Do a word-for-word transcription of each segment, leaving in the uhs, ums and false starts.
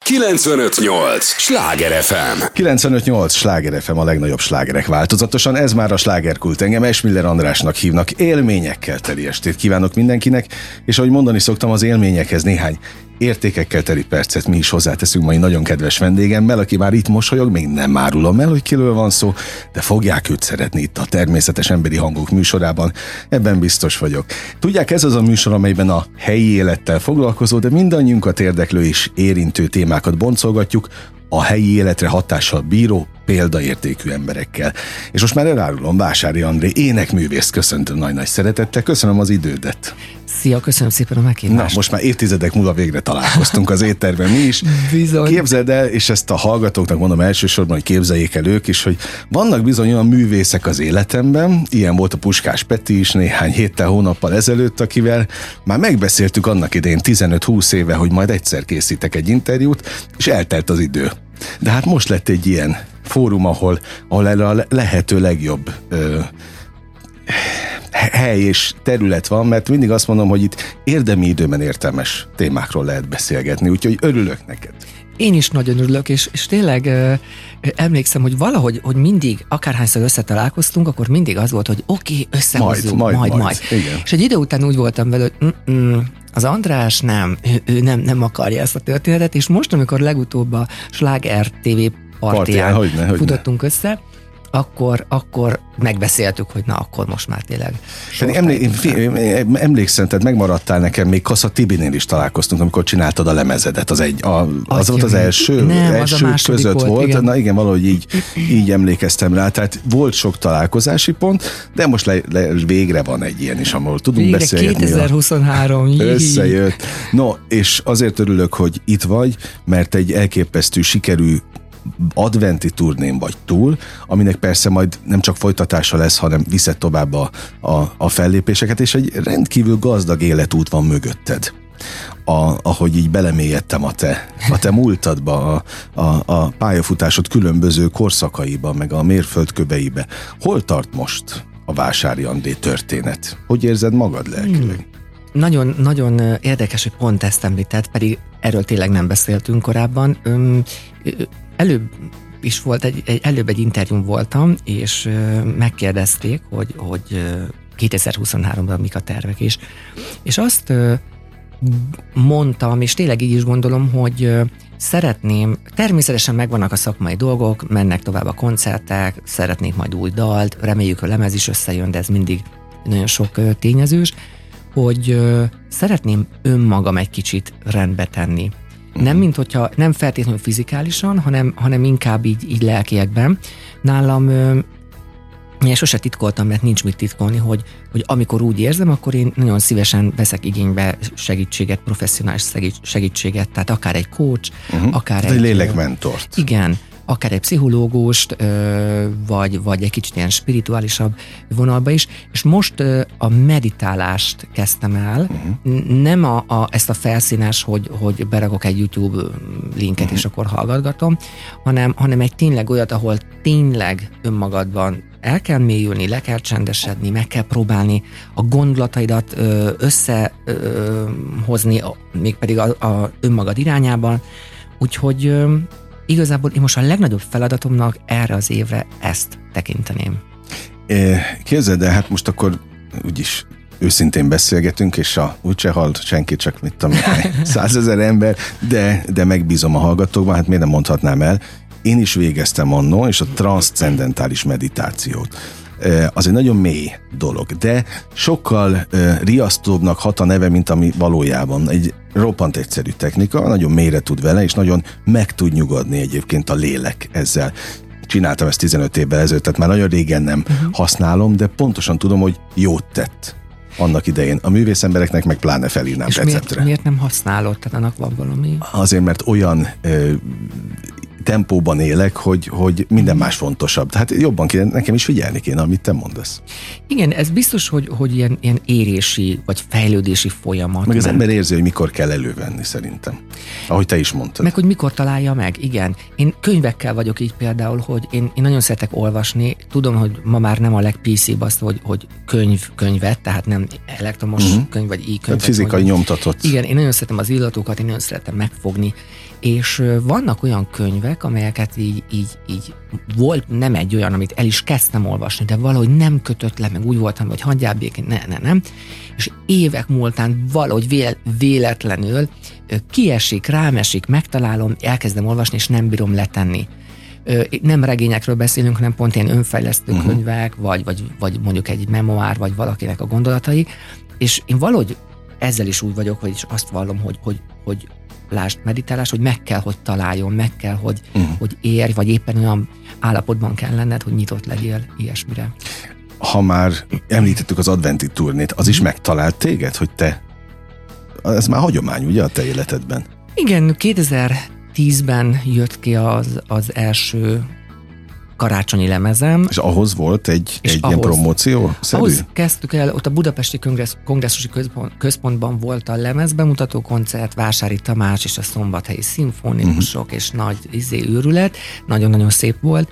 kilencvenöt nyolc Sláger ef em. kilencvenöt nyolc Sláger ef em, a legnagyobb slágerek változatosan. Ez már a Slágerkult. Engem Esmiller Andrásnak hívnak. Élményekkel teli estét kívánok mindenkinek, és ahogy mondani szoktam, az élményekhez néhány értékekkel teli percet mi is hozzáteszünk mai nagyon kedves vendégemmel, aki már itt mosolyog, még nem árulom el, hogy kiről van szó, de fogják őt szeretni itt a Természetes Emberi Hangok műsorában, ebben biztos vagyok. Tudják, ez az a műsor, amelyben a helyi élettel foglalkozó, de mindannyiunkat érdeklő és érintő témákat boncolgatjuk, a helyi életre hatással bíró, példaértékű emberekkel. És most már elárulom, Vásári André, énekművészt köszöntöm nagy-nagy szeretettel, köszönöm az idődet. Szia, köszönöm szépen a meghívást. Na, most már évtizedek múlva végre találkoztunk az étterben mi is. Bizony. Képzeld el, és ezt a hallgatóknak mondom elsősorban, hogy képzeljék el ők is, hogy vannak bizony olyan művészek az életemben, ilyen volt a Puskás Peti is néhány héttel, hónappal ezelőtt, akivel már megbeszéltük annak idején tizenöt-húsz éve, hogy majd egyszer készítek egy interjút, és eltelt az idő. De hát most lett egy ilyen fórum, ahol, ahol erre a lehető legjobb ö, hely és terület van, mert mindig azt mondom, hogy itt érdemi időben értelmes témákról lehet beszélgetni, úgyhogy örülök neked. Én is nagyon örülök, és, és tényleg ö, emlékszem, hogy valahogy, hogy mindig, akárhányszor összetalálkoztunk, akkor mindig az volt, hogy oké, okay, összehozzuk, majd, majd, majd. majd. Igen. És egy idő után úgy voltam vele, hogy az András nem, ő, ő nem, nem akarja ezt a történetet, és most, amikor legutóbb a Sláger té vé partiján hogyne, hogyne. futottunk össze, akkor, akkor megbeszéltük, hogy na, akkor most már tényleg. Emlé- emlékszem, tehát megmaradtál nekem, még Kassa Tibinél is találkoztunk, amikor csináltad a lemezedet. Az, egy, a, az volt az első, nem, első az között volt. volt. Igen. Na igen, valahogy így, így emlékeztem rá. Tehát volt sok találkozási pont, de most le, le, végre van egy ilyen is, ahol tudunk végre beszélgetni. kétezer-huszonhárom Összejött. No, és azért örülök, hogy itt vagy, mert egy elképesztő sikerű adventi turnén vagy túl, aminek persze majd nem csak folytatása lesz, hanem viszed tovább a, a, a fellépéseket, és egy rendkívül gazdag életút van mögötted. A, ahogy így belemélyedtem a te, a te múltadba, a, a, a pályafutásod különböző korszakaiba, meg a mérföldköveibe. Hol tart most a Vásári André történet? Hogy érzed magad lelkileg? Hmm. Nagyon, nagyon érdekes, hogy pont ezt említett, pedig erről tényleg nem beszéltünk korábban. Öm, előbb is volt, egy, egy, előbb egy interjún voltam, és ö, megkérdezték, hogy, hogy ö, kétezer-huszonháromban mik a tervek is. És azt ö, mondtam, és tényleg így is gondolom, hogy ö, szeretném, természetesen megvannak a szakmai dolgok, mennek tovább a koncertek, szeretnék majd új dalt, reméljük, a lemez is összejön, de ez mindig nagyon sok ö, tényezős, hogy ö, szeretném önmagam egy kicsit rendbe tenni. Nem, mint hogyha nem feltétlenül fizikálisan, hanem, hanem inkább így, így lelkiekben. Nálam, ö, én sose titkoltam, mert nincs mit titkolni, hogy, hogy amikor úgy érzem, akkor én nagyon szívesen veszek igénybe segítséget, professzionális segítséget, tehát akár egy coach, uh-huh. akár egy... Egy lélekmentort. Igen, akár egy pszichológust, vagy, vagy egy kicsit ilyen spirituálisabb vonalba is, és most a meditálást kezdtem el, uh-huh. nem a, a, ezt a felszínes, hogy, hogy beragok egy YouTube linket, uh-huh. és akkor hallgatgatom, hanem, hanem egy tényleg olyat, ahol tényleg önmagadban el kell mélyülni, le kell csendesedni, meg kell próbálni a gondolataidat összehozni, mégpedig a, a önmagad irányában, úgyhogy igazából én most a legnagyobb feladatomnak erre az évre ezt tekinteném. Képzeld el, hát most akkor úgyis őszintén beszélgetünk, és a, úgyse hall senki, csak mit tudom, százezer ember, de, de megbízom a hallgatókban, hát miért nem mondhatnám el. Én is végeztem annó, és a transzcendentális meditációt. Az egy nagyon mély dolog, de sokkal riasztóbbnak hat a neve, mint ami valójában. Egy roppant egyszerű technika, nagyon mélyre tud vele, és nagyon meg tud nyugodni egyébként a lélek ezzel. Csináltam ezt tizenöt évvel ezelőtt, tehát már nagyon régen nem uh-huh. használom, de pontosan tudom, hogy jót tett annak idején. A művész embereknek meg pláne felírnám és receptre. Miért, miért nem használod? Tehát annak van valami? Azért, mert olyan ö, tempóban élek, hogy, hogy minden más fontosabb. Tehát jobban kéne, nekem is figyelni kéne, amit te mondasz. Igen, ez biztos, hogy, hogy ilyen, ilyen érési, vagy fejlődési folyamat. Meg az ember érzi, hogy mikor kell elővenni, szerintem. Ahogy te is mondtad. Meg, hogy mikor találja meg, igen. Én könyvekkel vagyok így például, hogy én, én nagyon szeretek olvasni. Tudom, hogy ma már nem a legpé cébb azt, hogy, hogy könyv, könyvet, tehát nem elektromos uh-huh. könyv, vagy e-könyv. Tehát fizikai nyomtatott. Igen, én nagyon szeretem az illatokat, én nagyon szeretem megfogni, És vannak olyan könyvek, amelyeket így, így, így volt, nem egy olyan, amit el is kezdtem olvasni, de valahogy nem kötött le, meg úgy voltam, hogy hagyjál békén, ne, ne, nem. És évek múltán valahogy véle, véletlenül kiesik, rámesik, megtalálom, elkezdem olvasni, és nem bírom letenni. Nem regényekről beszélünk, hanem pont ilyen önfejlesztő uh-huh. könyvek, vagy, vagy, vagy mondjuk egy memoár, vagy valakinek a gondolatai, és én valahogy ezzel is úgy vagyok, hogy is azt vallom, hogy, hogy, hogy lásd meditálás, hogy meg kell, hogy találjon, meg kell, hogy, uh-huh. hogy érj, vagy éppen olyan állapotban kell lenned, hogy nyitott legyél ilyesmire. Ha már említettük az adventi turnét, az is megtalált téged, hogy te, ez már hagyomány, ugye, a te életedben? Igen, kétezer-tízben jött ki az, az első karácsonyi lemezem. És ahhoz volt egy, egy ahhoz, ilyen promóció? Szerű? Ahhoz kezdtük el, ott a Budapesti Kongressz, Kongresszusi Központ, Központban volt a lemezbemutató koncert, Vásári Tamás és a Szombathelyi Szimfonikusok, uh-huh. és nagy izé őrület, nagyon-nagyon szép volt,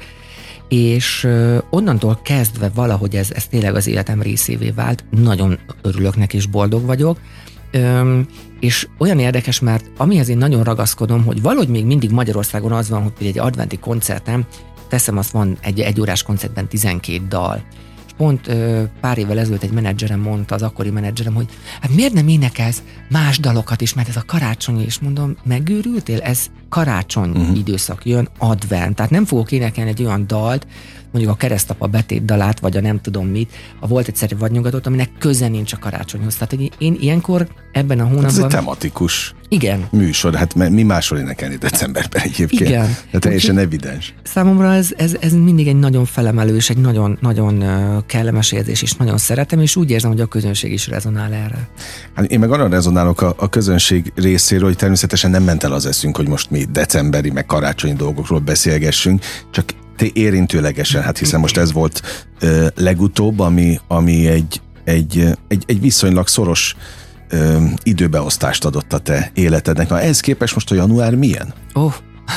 és uh, onnantól kezdve valahogy ez, ez tényleg az életem részévé vált, nagyon örülök neki és boldog vagyok, um, és olyan érdekes, mert amihez én nagyon ragaszkodom, hogy valahogy még mindig Magyarországon az van, hogy egy adventi koncerten teszem, azt van egy egyórás koncertben tizenkét dal. És pont ö, pár évvel ezelőtt egy menedzserem mondta, az akkori menedzserem, hogy hát miért nem énekelsz más dalokat is, mert ez a karácsonyi, és mondom, megőrültél? Ez karácsony uh-huh. időszak jön, advent, tehát nem fogok énekelni egy olyan dalt, mondjuk a Keresztapa betét dalát, vagy a nem tudom mit, a Volt egyszerű vadnyugatot, aminek köze nincs a karácsonyhoz. Tehát hogy én ilyenkor ebben a hónapban... Ez egy tematikus igen. műsor, hát mi másról énekelni decemberben egyébként. Igen. De teljesen úgy, evidens. Számomra ez, ez, ez mindig egy nagyon felemelő, és egy nagyon, nagyon kellemes érzés, és nagyon szeretem, és úgy érzem, hogy a közönség is rezonál erre. Hát én meg arra rezonálok a, a közönség részéről, hogy természetesen nem ment el az eszünk, hogy most mi decemberi, meg karácsonyi dolgokról beszélgessünk, csak érintőlegesen, hát hiszen most ez volt ö, legutóbb, ami, ami egy, egy, egy, egy viszonylag szoros ö, időbeosztást adott a te életednek. Na ehhez képest most a január milyen? Oh,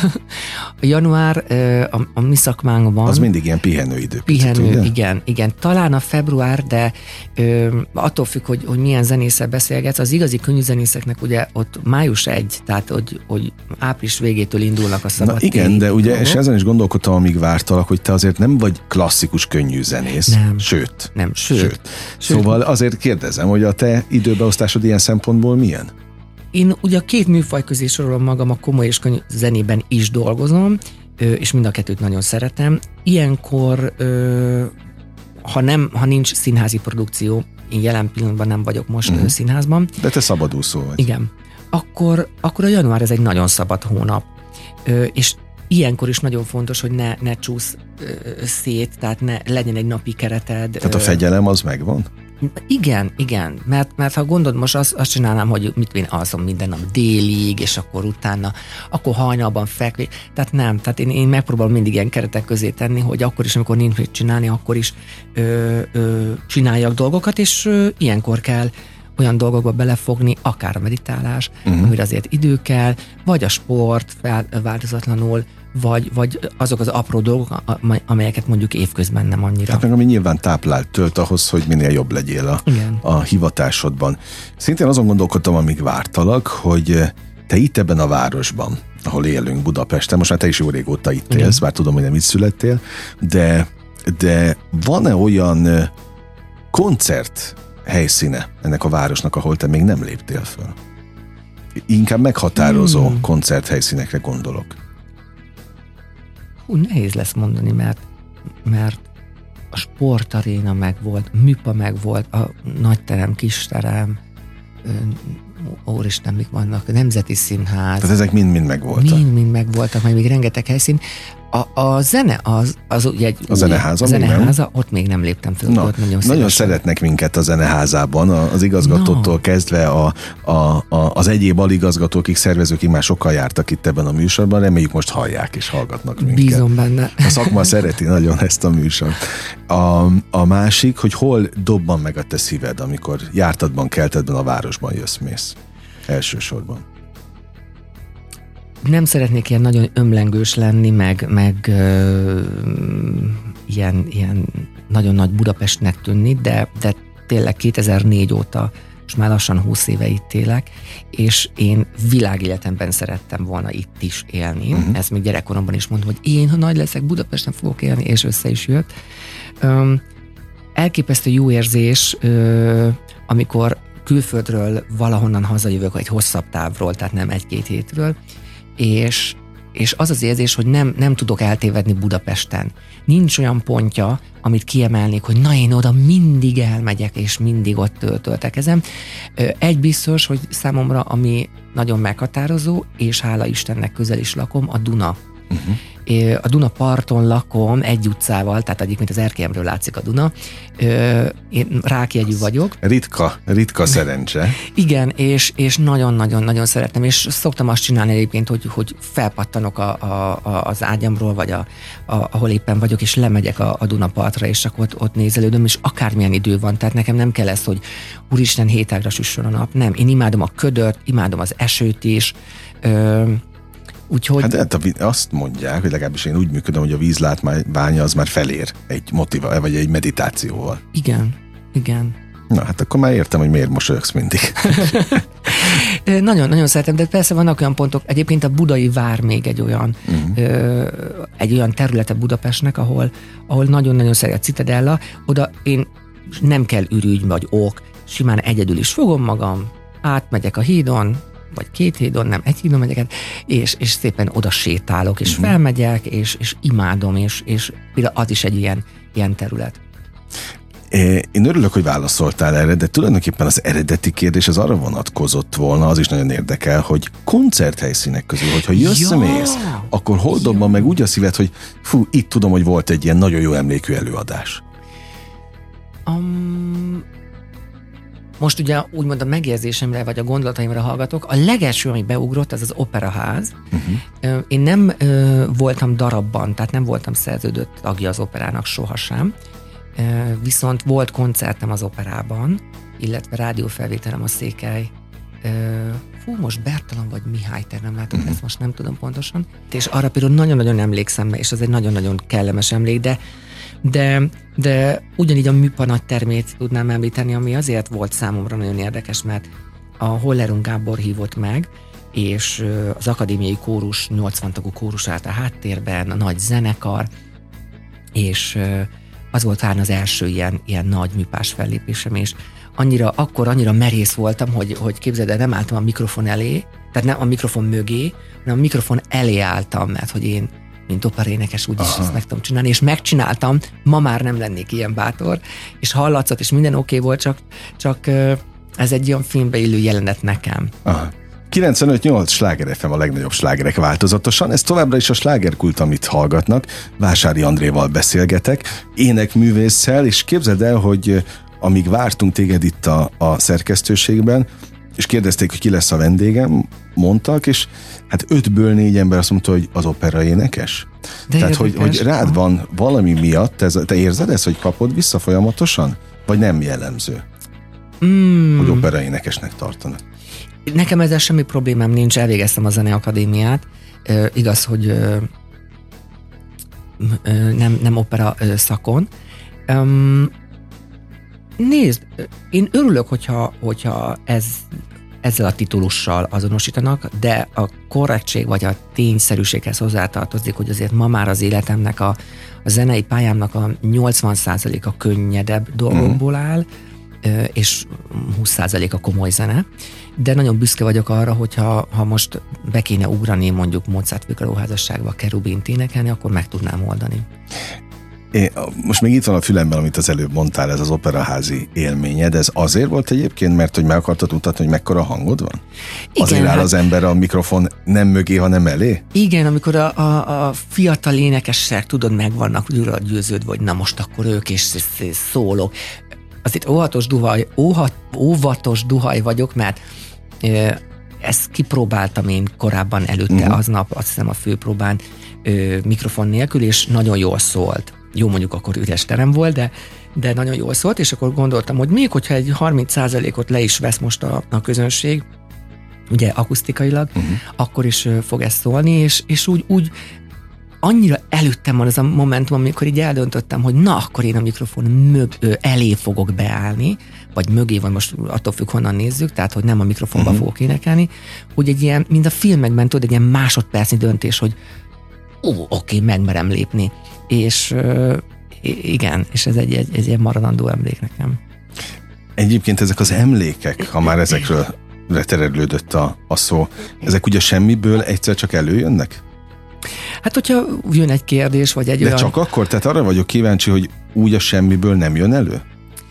a január a, a mi szakmánkban... Az mindig ilyen pihenőidő. Pihenő, picit, igen, igen. Talán a február, de ö, attól függ, hogy, hogy milyen zenésszel beszélgetsz. Az igazi könnyű zenészeknek ugye ott május elseje, tehát hogy, hogy április végétől indulnak a szabad. Na igen, de ugye, dolgok. És ezen is gondolkodtam, amíg vártalak, hogy te azért nem vagy klasszikus könnyű zenész. Nem. Sőt. Nem, sőt. sőt. Szóval azért kérdezem, hogy a te időbeosztásod ilyen szempontból milyen? Én ugye a két műfaj közé sorolom magam, a komoly és könnyű zenében is dolgozom, és mind a kettőt nagyon szeretem. Ilyenkor, ha, nem, ha nincs színházi produkció, én jelen pillanatban nem vagyok most mm. színházban. De te szabadúszó vagy. Igen. Akkor, akkor a január ez egy nagyon szabad hónap. És ilyenkor is nagyon fontos, hogy ne, ne csúsz szét, tehát ne legyen egy napi kereted. Tehát a fegyelem az megvan? Igen, igen, mert, mert ha gondolod, most azt, azt csinálnám, hogy mit én alszom minden nap délig, és akkor utána, akkor hajnalban fekvés, tehát nem, tehát én, én megpróbálom mindig ilyen keretek közé tenni, hogy akkor is, amikor nincs mit csinálni, akkor is ö, ö, csináljak dolgokat, és ö, ilyenkor kell olyan dolgokba belefogni, akár a meditálás, uh-huh. amire azért idő kell, vagy a sport változatlanul, vagy, vagy azok az apró dolgok, amelyeket mondjuk évközben nem annyira. Hát meg ami nyilván táplált tölt ahhoz, hogy minél jobb legyél a, a hivatásodban. Szintén azon gondolkodtam, amíg vártalak, hogy te itt ebben a városban, ahol élünk, Budapesten, most már te is jó régóta itt élsz, bár tudom, hogy nem itt születtél, de, de van-e olyan koncert helyszíne ennek a városnak, ahol te még nem léptél föl? Inkább meghatározó hmm. koncerthelyszínekre gondolok. Hú, nehéz lesz mondani, mert, mert a sportaréna megvolt, műpa megvolt, a nagyterem, kisterem, úristen, mik vannak, a Nemzeti Színház. Tehát ezek mind-mind megvoltak. Mind-mind megvoltak, meg még rengeteg helyszín. A, a zene, az, az ugye egy a zeneháza, a zeneháza ott még nem léptem fel. Na, ott nagyon, nagyon szeretnek minket a zeneházában, az igazgatótól no. kezdve a, a, a, az egyéb aligazgatókig, szervezőkig már sokkal jártak itt ebben a műsorban, reméljük most hallják és hallgatnak minket. Bízom benne. A szakma szereti nagyon ezt a műsort. A, a másik, hogy hol dobban meg a te szíved, amikor jártadban, keltedben a városban jössz-mész. Elsősorban. Nem szeretnék ilyen nagyon ömlengős lenni, meg, meg ö, ilyen, ilyen nagyon nagy Budapestnek tűnni, de, de tényleg kétezer-négy óta most már lassan húsz éve itt élek, és én világéletemben szerettem volna itt is élni. Uh-huh. Ezt még gyerekkoromban is mondtam, hogy én, ha nagy leszek, Budapesten fogok élni, és össze is jött. Um, elképesztő jó érzés, uh, amikor külföldről valahonnan hazajövök, egy hosszabb távról, tehát nem egy-két hétről, és, és az az érzés, hogy nem, nem tudok eltévedni Budapesten. Nincs olyan pontja, amit kiemelnék, hogy na én oda mindig elmegyek, és mindig ott töltöltekezem. Egy biztos, hogy számomra, ami nagyon meghatározó, és hála Istennek közel is lakom, a Duna. Uh-huh. A Duna parton lakom egy utcával, tehát egyébként az erkélyemről látszik a Duna. Én rákjegyű vagyok. Ritka, ritka szerencse. Igen, és, és nagyon-nagyon-nagyon szeretem, és szoktam azt csinálni egyébként, hogy, hogy felpattanok a, a, a, az ágyamról, vagy a, a, ahol éppen vagyok, és lemegyek a, a Duna partra, és akkor ott, ott nézelődöm, és akármilyen idő van, tehát nekem nem kell ez, hogy úristen, hétágra süssön a nap. Nem, én imádom a ködöt, imádom az esőt is, ö, Úgyhogy... Hát, hát azt mondják, hogy legalábbis én úgy működöm, hogy a vízlátványa az már felér egy motiva, vagy egy meditációval. Igen, igen. Na, hát akkor már értem, hogy miért mosolyogsz mindig. Nagyon-nagyon szeretem, de persze vannak olyan pontok, egyébként a Budai Vár még egy olyan, uh-huh. ö, egy olyan területe Budapestnek, ahol, ahol nagyon-nagyon szeret a Citadella, oda én nem kell ürügy vagy ok, simán egyedül is fogom magam, átmegyek a hídon, vagy két hídon, nem, egy hídon megyek át, és, és szépen oda sétálok, és uh-huh. felmegyek, és, és imádom, és, és például az is egy ilyen, ilyen terület. Én örülök, hogy válaszoltál erre, de tulajdonképpen az eredeti kérdés az arra vonatkozott volna, az is nagyon érdekel, hogy koncerthelyszínek közül, hogyha jössz, ja, mész, akkor hol dobban ja. meg úgy a szíved, hogy fú, itt tudom, hogy volt egy ilyen nagyon jó emlékű előadás. Um, most ugye úgymond a megérzésemre, vagy a gondolataimra hallgatok, a legelső, ami beugrott, az az Operaház. Uh-huh. Én nem uh, voltam darabban, tehát nem voltam szerződött tagja az operának sohasem, viszont volt koncertem az operában, illetve rádiófelvételem a Székely. Fú, most Bertalan vagy Mihály, te nem látok, uh-huh. ezt most nem tudom pontosan. És arra például nagyon-nagyon emlékszem, és az egy nagyon-nagyon kellemes emlék, de, de, de ugyanígy a Műpa nagy termét tudnám említeni, ami azért volt számomra nagyon érdekes, mert a Hollerung Gábor hívott meg, és az akadémiai kórus, nyolcvan tagú kórus állt a háttérben, a nagy zenekar, és az volt talán az első ilyen, ilyen nagy műpás fellépésem, és annyira, akkor annyira merész voltam, hogy, hogy képzeld el, nem álltam a mikrofon elé, tehát nem a mikrofon mögé, hanem a mikrofon elé álltam, mert hogy én, mint operénekes úgyis Aha. ezt meg tudom csinálni, és megcsináltam, ma már nem lennék ilyen bátor, és hallatszott, és minden oké okay volt, csak, csak ez egy olyan filmbe illő jelenet nekem. Aha. kilencvenöt nyolc Sláger ef em, a legnagyobb slágerek változatosan. Ez továbbra is a Slágerkult, amit hallgatnak. Vásári Andréval beszélgetek, énekművésszel, és képzeld el, hogy amíg vártunk téged itt a, a szerkesztőségben, és kérdezték, hogy ki lesz a vendégem, mondtak, és hát ötből négy ember azt mondta, hogy az opera énekes. De Tehát, hogy, hogy rád van valami miatt, ez, te érzed ezt, hogy kapod vissza folyamatosan? Vagy nem jellemző? Mm. Hogy opera énekesnek tartanak? Nekem ezzel semmi problémám nincs, elvégeztem a Zeneakadémiát. E, igaz, hogy e, e, nem, nem opera e, szakon. E, nézd, én örülök, hogyha, hogyha ez, ezzel a titulussal azonosítanak, de a korrektség vagy a tényszerűséghez hozzátartozik, hogy azért ma már az életemnek, a, a zenei pályámnak a nyolcvan százaléka könnyedebb dolgokból áll, és húsz százalék a komoly zene, de nagyon büszke vagyok arra, hogyha ha most be kéne ugrani mondjuk Mozart Figaro házasságba Cherubint énekelni, akkor meg tudnám oldani. É, most még itt van a fülemben, amit az előbb mondtál, ez az operaházi élményed, ez azért volt egyébként, mert hogy meg akartad mutatni, hogy mekkora hangod van? Igen, azért áll hát, az ember a mikrofon nem mögé, hanem elé? Igen, amikor a, a, a fiatal énekesek, tudod, meg vannak győződve, hogy na most akkor ők is szólok. Azért óvatos duhaj, óhat, óvatos duhaj vagyok, mert ö, ezt kipróbáltam én korábban előtte, uh-huh. aznap, azt hiszem a főpróbán ö, mikrofon nélkül, és nagyon jól szólt. Jó, mondjuk akkor üres terem volt, de, de nagyon jól szólt, és akkor gondoltam, hogy még hogyha egy harminc százalékot le is vesz most a, a közönség, ugye akusztikailag, uh-huh. akkor is ö, fog ez szólni, és, és úgy, úgy annyira előttem van az a momentum, amikor így eldöntöttem, hogy na, akkor én a mikrofon mög, ö, elé fogok beállni, vagy mögé van, most attól függ, honnan nézzük, tehát, hogy nem a mikrofonba uh-huh. fogok énekelni, hogy egy ilyen, mint a filmekben, tudod, egy ilyen másodpercnyi döntés, hogy ó, oké, megmerem lépni. És ö, igen, és ez egy, egy, egy ilyen maradandó emlék nekem. Egyébként ezek az emlékek, ha már ezekről leterelődött a, a szó, ezek ugye semmiből egyszer csak előjönnek? Hát, hogyha jön egy kérdés, vagy egy De olyan... csak akkor? Tehát arra vagyok kíváncsi, hogy úgy a semmiből nem jön elő?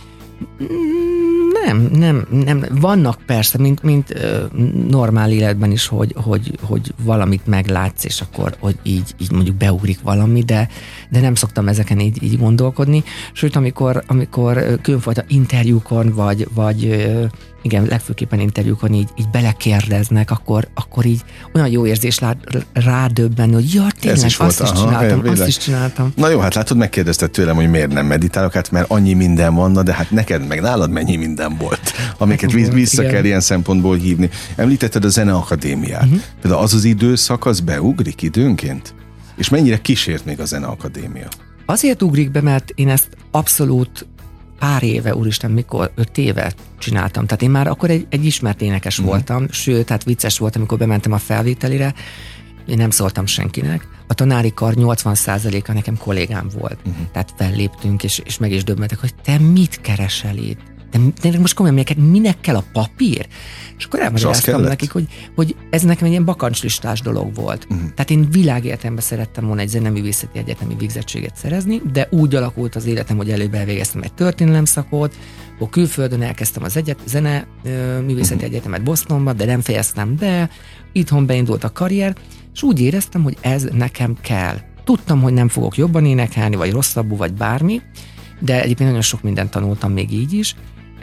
Nem, nem, nem. Vannak persze, mint, mint ö, normál életben is, hogy, hogy, hogy valamit meglátsz, és akkor hogy így, így mondjuk beugrik valami, de, de nem szoktam ezeken így, így gondolkodni. Sőt, amikor, amikor különfajta interjúkon, vagy, vagy ö, igen, legfőképpen interjúkon így, így belekérdeznek, akkor, akkor így olyan jó érzés lát, rádöbbenni, hogy ja, tényleg, is azt, volt, is aha, csináltam, azt is csináltam. Na jó, hát látod, megkérdezted tőlem, hogy miért nem meditálok, hát mert annyi minden van, na, de hát neked meg nálad mennyi minden volt, amiket vissza igen. kell ilyen szempontból hívni. Említetted a Zeneakadémiát. Uh-huh. Például az az időszak, az beugrik időnként? És mennyire kísért még a Zeneakadémia? Azért ugrik be, mert én ezt abszolút pár éve, úristen, mikor, öt éve csináltam. Tehát én már akkor egy, egy ismert énekes uh-huh. voltam, sőt, tehát vicces volt, amikor bementem a felvételire, én nem szóltam senkinek. A tanári kar nyolcvan százaléka nekem kollégám volt. Uh-huh. Tehát felléptünk, és, és meg is döbbentek, hogy te mit keresel itt? De, de most komolyan, neked minek kell a papír? És akkor elmagyaráztam nekik, hogy, hogy ez nekem egy ilyen bakancslistás dolog volt. Uh-huh. Tehát én világéletemben szerettem volna egy zeneművészeti egyetemi végzettséget szerezni, de úgy alakult az életem, hogy előbb elvégeztem egy történelemszakot, akkor külföldön elkezdtem az egyet, zene művészeti uh-huh. egyetemet Bostonban, de nem fejeztem be, itthon beindult a karrier, és úgy éreztem, hogy ez nekem kell. Tudtam, hogy nem fogok jobban énekelni, vagy rosszabbul, vagy bármi, de egyébként nagyon sok mindent tanultam még így is,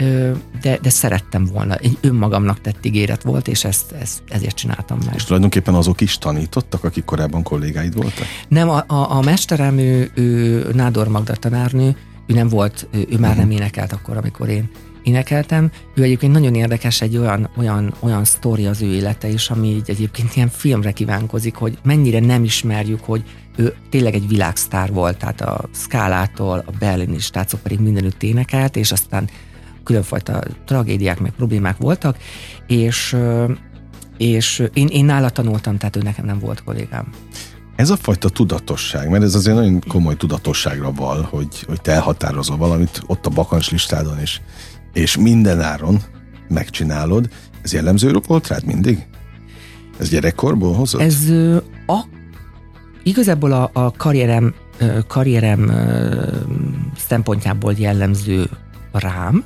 de, de szerettem volna. Egy önmagamnak tett ígéret volt, és ezt, ezt ezért csináltam meg. És tulajdonképpen azok is tanítottak, akik korábban kollégáid voltak? Nem, a, a, a mesterem, ő, ő Nádor Magda tanárnő, ő nem volt, ő, ő már uh-huh. nem énekelt akkor, amikor én énekeltem. Ő egyébként nagyon érdekes, egy olyan, olyan, olyan sztori az ő élete is, ami így egyébként ilyen filmre kívánkozik, hogy mennyire nem ismerjük, hogy ő tényleg egy világsztár volt, tehát a Scálától, a berlini stácok pedig mindenütt énekelt, és aztán különfajta tragédiák, meg problémák voltak, és, és én, én nála tanultam, tehát ő nekem nem volt kollégám. Ez a fajta tudatosság, mert ez azért nagyon komoly tudatosságra val, hogy, hogy te elhatározol valamit ott a bakancslistádon is, és mindenáron megcsinálod. Ez jellemző volt rád mindig? Ez gyerekkorból hozott? Ez a, igazából a, a karrierem, karrierem szempontjából jellemző rám,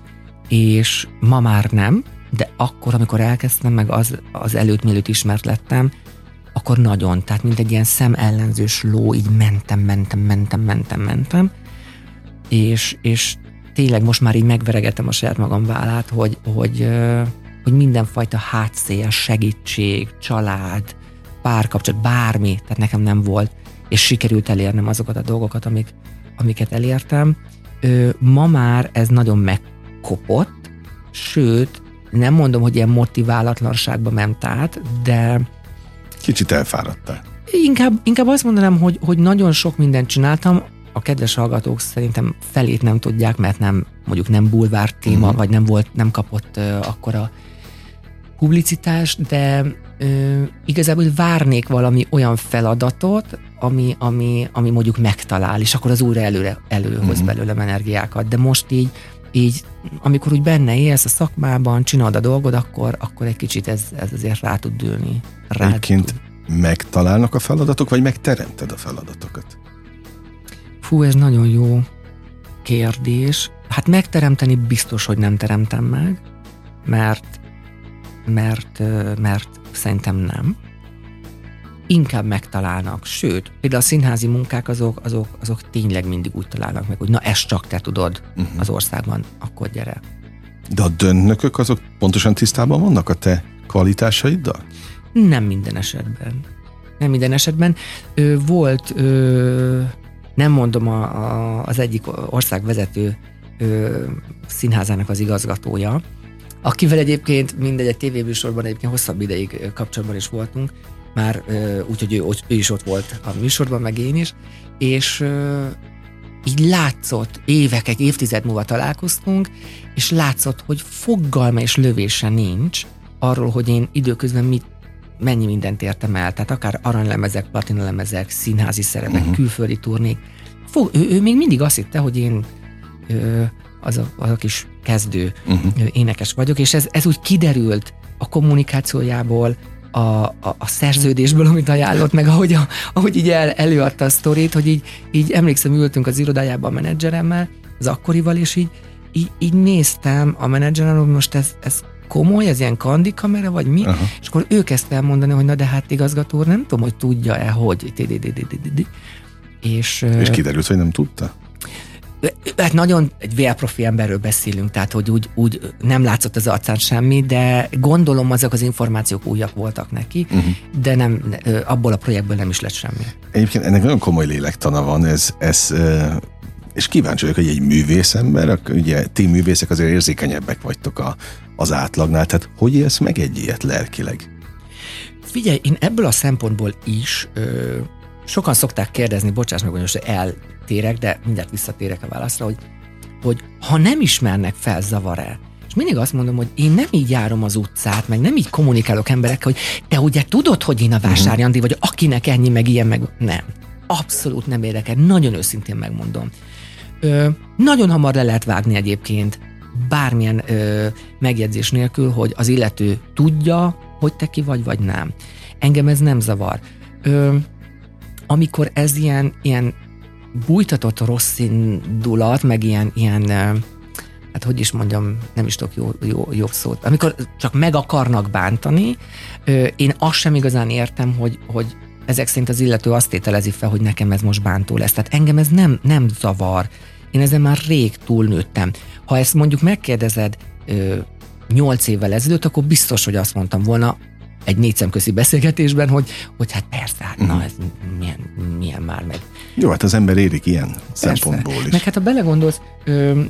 és ma már nem, de akkor, amikor elkezdtem, meg az, az előtt, mielőtt ismert lettem, akkor nagyon, tehát mint egy ilyen szemellenzős ló, így mentem, mentem, mentem, mentem, mentem, és, és tényleg most már így megveregetem a saját magam vállát, hogy, hogy, hogy mindenfajta hátszél, segítség, család, párkapcsolat, bármi, tehát nekem nem volt, és sikerült elérnem azokat a dolgokat, amik, amiket elértem. Ma már ez nagyon megkopott, sőt, nem mondom, hogy ilyen motiválatlanságba ment át, de... Kicsit elfáradtál. Inkább, inkább azt mondanám, hogy, hogy nagyon sok mindent csináltam, a kedves hallgatók szerintem felét nem tudják, mert nem, mondjuk nem bulvár téma, uh-huh. vagy nem volt, nem kapott uh, akkora publicitást, de uh, igazából várnék valami olyan feladatot, ami, ami, ami mondjuk megtalál, és akkor az újra előre, előhoz uh-huh. belőlem energiákat. De most így, így, amikor úgy benne élsz a szakmában, csinálod a dolgod, akkor, akkor egy kicsit ez, ez azért rá tud dőlni. Egyébként megtalálnak a feladatok, vagy megteremted a feladatokat? Fú, ez nagyon jó kérdés. Hát megteremteni biztos, hogy nem teremtem meg, mert, mert, mert szerintem nem. Inkább megtalálnak. Sőt, például a színházi munkák azok, azok, azok tényleg mindig úgy találnak meg, hogy na ezt csak te tudod uh-huh. az országban, akkor gyere. De a döntnökök azok pontosan tisztában vannak a te kvalitásaiddal? Nem minden esetben. Nem minden esetben. Ö, volt, ö, nem mondom a, a, az egyik ország vezető ö, színházának az igazgatója, akivel egyébként mindegy egy tévéműsorban egyébként hosszabb ideig kapcsolatban is voltunk, már úgyhogy ő, ő is ott volt a műsorban, meg én is, és így látszott, évek, egy évtized múlva találkoztunk, és látszott, hogy fogalma és lövése nincs arról, hogy én időközben mit, mennyi mindent értem el, tehát akár aranylemezek, platinalemezek, színházi szerepek, uh-huh. külföldi turnék. Fog, ő, ő még mindig azt hitte, hogy én ö, az, a, az a kis kezdő uh-huh. énekes vagyok, és ez, ez úgy kiderült a kommunikációjából, a, a, a szerződésből, amit ajánlott, meg ahogy, a, ahogy így el, előadta a sztorit, hogy így, így emlékszem, ültünk az irodájában a menedzseremmel, az akkorival, és így, így, így néztem a menedzserem, hogy most ez, ez komoly, ez ilyen kandi kamera, vagy mi? Aha. És akkor ő kezdte el mondani, hogy na de hát igazgató úr, nem tudom, hogy tudja-e, hogy és, és kiderült, hogy nem tudta? Hát nagyon egy vérprofi emberről beszélünk, tehát hogy úgy, úgy nem látszott az arcán semmi, de gondolom azok az információk újak voltak neki, uh-huh. de nem, abból a projektből nem is lett semmi. Egyébként ennek nagyon komoly lélektana van, ez, ez és kíváncsi vagyok, hogy egy művészember, ugye ti művészek azért érzékenyebbek vagytok a, az átlagnál, tehát hogy élsz meg egy ilyet lelkileg? Figyelj, én ebből a szempontból is ö, sokan szokták kérdezni, bocsáss meg, hogy most eltérek, de mindjárt visszatérek a válaszra, hogy, hogy ha nem ismernek fel, zavar-e? És mindig azt mondom, hogy én nem így járom az utcát, meg nem így kommunikálok emberekkel, hogy te ugye tudod, hogy én a Vásárhelyi Andi vagyok, akinek ennyi, meg ilyen, meg nem. Abszolút nem érdekel, nagyon őszintén megmondom. Ö, nagyon hamar le lehet vágni egyébként bármilyen ö, megjegyzés nélkül, hogy az illető tudja, hogy te ki vagy, vagy nem. Engem ez nem zavar. Ö, amikor ez ilyen, ilyen bújtatott rossz indulat, meg ilyen, ilyen ö, hát hogy is mondjam, nem is tudok jó, jó, jobb szót. Amikor csak meg akarnak bántani, ö, én azt sem igazán értem, hogy, hogy ezek szerint az illető azt tételezi fel, hogy nekem ez most bántó lesz. Tehát engem ez nem, nem zavar. Én ezen már rég túlnőttem. Ha ezt mondjuk megkérdezed nyolc évvel ezelőtt, akkor biztos, hogy azt mondtam volna egy négy szemközi beszélgetésben, hogy, hogy hát persze, hát na ez milyen, milyen már meg. Jó, hát az ember érik ilyen persze. Szempontból is. Meg hát ha belegondolsz, ö,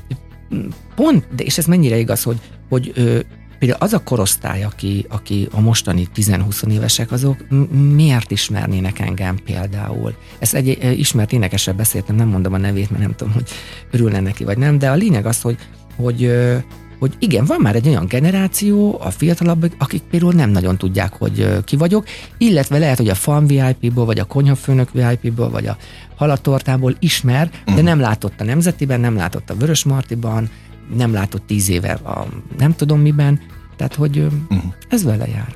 pont, de és ez mennyire igaz, hogy, hogy ö, például az a korosztály, aki, aki a mostani tíz-húsz évesek, azok miért ismernének engem például? Ezt egy ismert énekesre beszéltem, nem mondom a nevét, mert nem tudom, hogy örülne neki vagy nem, de a lényeg az, hogy, hogy, hogy igen, van már egy olyan generáció, a fiatalabbak, akik például nem nagyon tudják, hogy ki vagyok, illetve lehet, hogy a Fan vé i pé-ból, vagy a Konyhafőnök vé i pé-ból, vagy a Halatortából ismer, de nem látott a Nemzetiben, nem látott a Vörösmartyban, nem látott tíz éve a nem tudom miben, tehát hogy uh-huh. ez vele jár.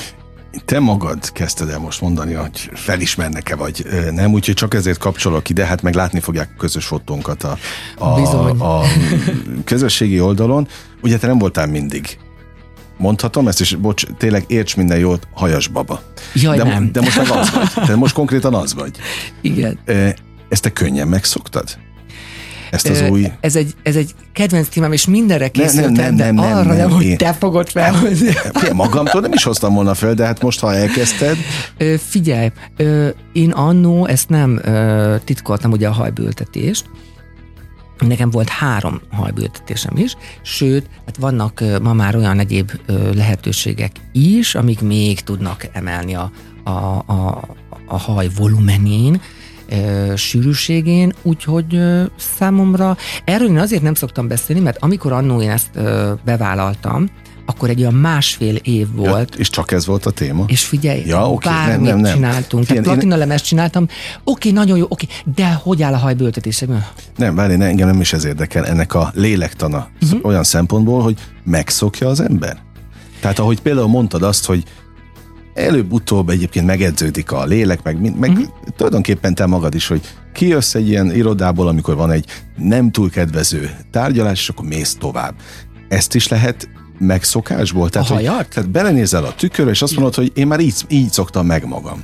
Te magad kezdted el most mondani, hogy felismernek-e vagy nem, úgyhogy csak ezért kapcsolok ide, hát meg látni fogják a közös fotónkat a, a, a közösségi oldalon. Ugye te nem voltál mindig. Mondhatom ezt, és bocs, tényleg érts minden jót, hajas baba. Jaj, de, nem. De most meg az vagy. Te most konkrétan az vagy. Igen. Ezt te könnyen megszoktad? Ezt az új... Ez egy, ez egy kedvenc témám, és mindenre készültem, nem, nem, nem, de arra nem, nem, hogy én... te fogod felhozni. Magamtól nem is hoztam volna fel, de hát most, ha elkezdted... Figyelj, én annó ezt nem titkoltam, ugye a hajbültetést. Nekem volt három hajbültetésem is, sőt, hát vannak ma már olyan egyéb lehetőségek is, amik még tudnak emelni a, a, a, a haj volumenén, sűrűségén, úgyhogy számomra erről én azért nem szoktam beszélni, mert amikor annó én ezt bevállaltam, akkor egy olyan másfél év volt. Ja, és csak ez volt a téma? És figyelj, ja, okay, bármit nem, nem, nem. csináltunk. Tehát platinalemest csináltam, oké, nagyon jó, oké, de hogy áll a hajbőltetésem? Nem, várj, engem nem is ez érdekel, ennek a lélektana uh-huh. olyan szempontból, hogy megszokja az ember. Tehát ahogy például mondtad azt, hogy előbb-utóbb egyébként megedződik a lélek, meg, meg uh-huh. tulajdonképpen te magad is, hogy kijössz egy ilyen irodából, amikor van egy nem túl kedvező tárgyalás, és akkor mész tovább. Ezt is lehet megszokásból? Tehát, hogy, tehát belenézel a tükörbe, és azt mondod, hogy én már így, így szoktam meg magam.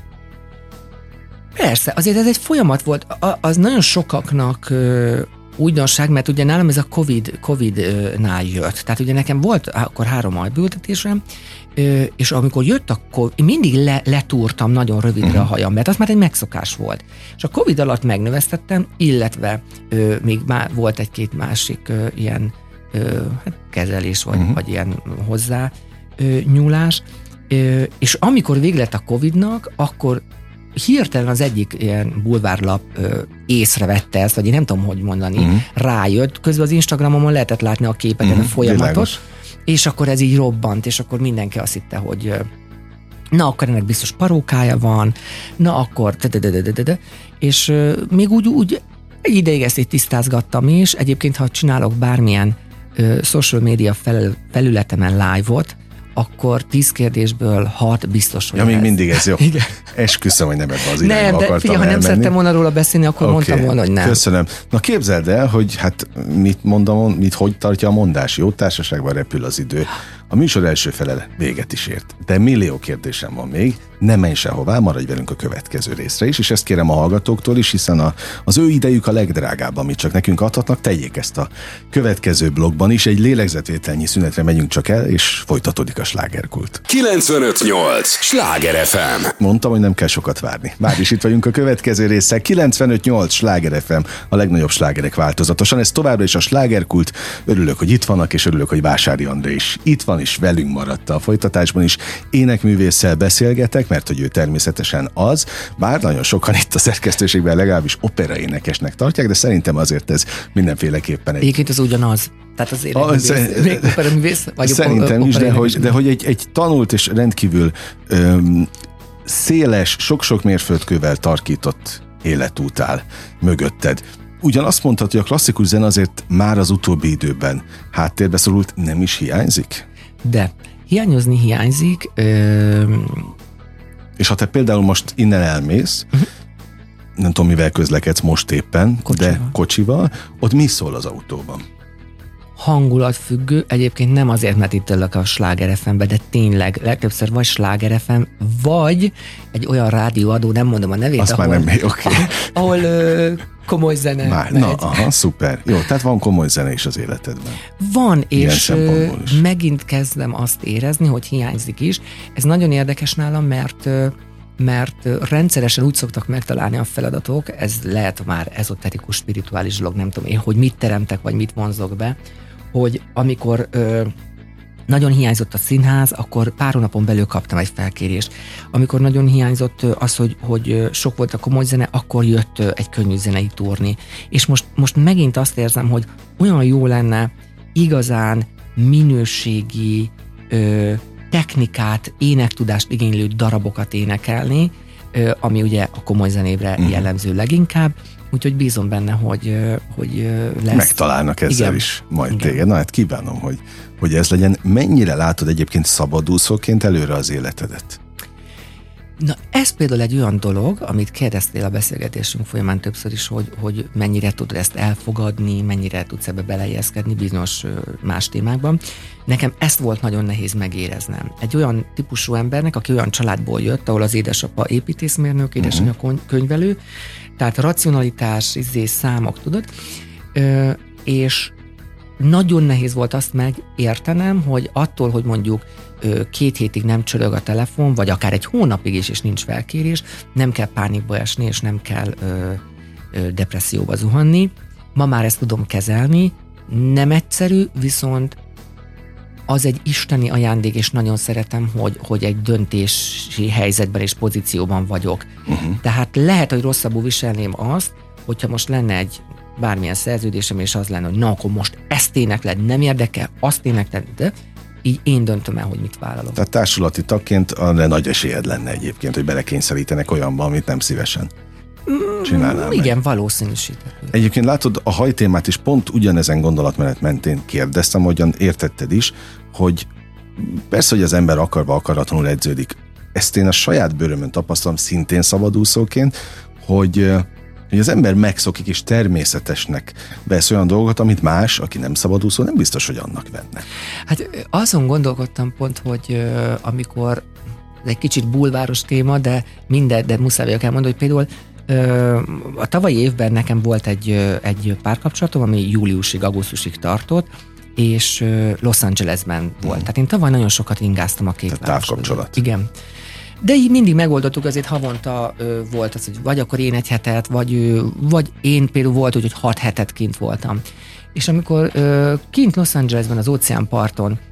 Persze, azért ez egy folyamat volt. Az nagyon sokaknak ö, újdonság, mert ugye nálam ez a Covid, Covid-nál jött. Tehát ugye nekem volt akkor három hajbültetésem, és amikor jött a Covid, én mindig le, letúrtam nagyon rövidre uh-huh. a hajam, mert az már egy megszokás volt. És a Covid alatt megnövesztettem, illetve ö, még már volt egy-két másik ö, ilyen ö, hát kezelés, vagy, uh-huh. vagy ilyen hozzá ö, nyúlás, És amikor vége lett a Covidnak, akkor hirtelen az egyik ilyen bulvárlap ö, észrevette ezt, vagy én nem tudom, hogy mondani, uh-huh. rájött, közben az Instagramon lehetett látni a képeken uh-huh. a folyamatot, Világos. És akkor ez így robbant, és akkor mindenki azt hitte, hogy na, akkor ennek biztos parókája van, na, akkor és ö, még úgy, úgy egy ideig ezt így tisztázgattam is, egyébként, ha csinálok bármilyen ö, social media fel, felületemen live-ot, akkor tíz kérdésből hat biztos, hogy ja, még ez. mindig ez jó. Esküszöm, hogy nem ebbe az irányba nem, akartam figyelj, ha nem szerettem volna róla beszélni, akkor okay. mondtam volna, hogy nem. Köszönöm. Na képzeld el, hogy hát mit mondom, mit hogy tartja a mondás. Jó társaságban repül az idő. A műsor első fele véget is ért. De millió kérdésem van még, ne menj sehová, maradj velünk a következő részre is, és ezt kérem a hallgatóktól is, hiszen a, az ő idejük a legdrágább, amit csak nekünk adhatnak, tegyék ezt a következő blogban is. Egy lélegzetvételnyi szünetre megyünk csak el, és folytatódik a slágerkult. kilencvenöt nyolc Sláger ef em. Mondtam, hogy nem kell sokat várni. Már is itt vagyunk a következő résszel. kilencvenöt nyolc Sláger ef em, a legnagyobb slágerek változatosan. Ez továbbra is a slágerkult. Örülök, hogy itt vannak, és örülök, hogy Vásári André is itt van, és velünk maradt a folytatásban is. Énekművésszel beszélgetek, mert hogy ő természetesen az, bár nagyon sokan itt a szerkesztőségben legalábbis operaénekesnek tartják, de szerintem azért ez mindenféleképpen egy... Egyébként az ugyanaz. Tehát az énekművész, vagy szerintem is, de hogy, de hogy egy, egy tanult és rendkívül öm, széles, sok-sok mérföldkővel tarkított életút áll mögötted. Ugyan azt mondtad, hogy a klasszikus zene azért már az utóbbi időben háttérbe szorult, nem is hiányzik? De hiányozni hiányzik. Ö... És ha te például most innen elmész, uh-huh. nem tudom, mivel közlekedsz most éppen, kocsival. de kocsival, ott mi szól az autóban? Hangulatfüggő, egyébként nem azért, mert itt ülök a Sláger ef em-be, de tényleg legtöbbször vagy Sláger ef em, vagy egy olyan rádióadó, nem mondom a nevét, azt ahol, már nem még, okay. ahol ö, komoly zene már, megy. Na, aha, szuper. Jó, tehát van komoly zene is az életedben. Van, ilyen és megint kezdem azt érezni, hogy hiányzik is. Ez nagyon érdekes nálam, mert mert rendszeresen úgy szoktak megtalálni a feladatok, ez lehet már ezoterikus, spirituális dolog, nem tudom én, hogy mit teremtek, vagy mit vonzok be, hogy amikor ö, nagyon hiányzott a színház, akkor pár hónapon belül kaptam egy felkérést. Amikor nagyon hiányzott az, hogy, hogy sok volt a komoly zene, akkor jött egy könnyű zenei turné. És most, most megint azt érzem, hogy olyan jó lenne igazán minőségi ö, technikát, énektudást igénylő darabokat énekelni, ami ugye a komoly zenébre mm. jellemző leginkább, úgyhogy bízom benne, hogy, hogy lesz. Megtalálnak ezzel Igen. is majd Igen. téged. Na hát kívánom, hogy, hogy ez legyen. Mennyire látod egyébként szabadúszóként előre az életedet? Na, ez például egy olyan dolog, amit kérdeztél a beszélgetésünk folyamán többször is, hogy, hogy mennyire tudod ezt elfogadni, mennyire tudsz ebbe belejeszkedni bizonyos más témákban. Nekem ezt volt nagyon nehéz megéreznem. Egy olyan típusú embernek, aki olyan családból jött, ahol az édesapa építészmérnök, édesanyja uh-huh. könyvelő, tehát racionalitás, izé, számok, tudod, Ö, és nagyon nehéz volt azt megértenem, hogy attól, hogy mondjuk két hétig nem csörög a telefon, vagy akár egy hónapig is, és nincs felkérés, nem kell pánikba esni, és nem kell ö, ö, depresszióba zuhanni. Ma már ezt tudom kezelni, nem egyszerű, viszont az egy isteni ajándék, és nagyon szeretem, hogy, hogy egy döntési helyzetben és pozícióban vagyok. Uh-huh. Tehát lehet, hogy rosszabbul viselném azt, hogyha most lenne egy bármilyen szerződésem, és az lenne, hogy na, akkor most ezt énekled, nem érdekel, azt énekled, de így én döntöm el, hogy mit vállalok. Tehát társulati tagként arra nagy esélyed lenne egyébként, hogy belekényszerítenek olyanba, amit nem szívesen csinálnál mm, Igen, valószínűsíthető. Egyébként látod, a hajtémát is pont ugyanezen gondolatmenet mentén kérdeztem, hogyan értetted is, hogy persze, hogy az ember akarva akaratlanul edződik. Ezt én a saját bőrömön tapasztalom szintén szabadúszóként, hogy hogy az ember megszokik és természetesnek vesz olyan dolgokat, amit más, aki nem szabadúszó, nem biztos, hogy annak venne. Hát azon gondolkodtam pont, hogy uh, amikor ez egy kicsit bulváros téma, de minden, de muszáj vagyok elmondani, hogy például uh, a tavalyi évben nekem volt egy, uh, egy párkapcsolatom, ami júliusig, augusztusig tartott, és uh, Los Angelesben volt. Mm. Tehát én tavaly nagyon sokat ingáztam a két városban. Távkapcsolat. Igen. De így mindig megoldottuk, azért havonta ö, volt az, hogy vagy akkor én egy hetet, vagy, ö, vagy én például volt úgy, hogy hat hetet kint voltam. És amikor ö, kint Los Angelesben az óceánparton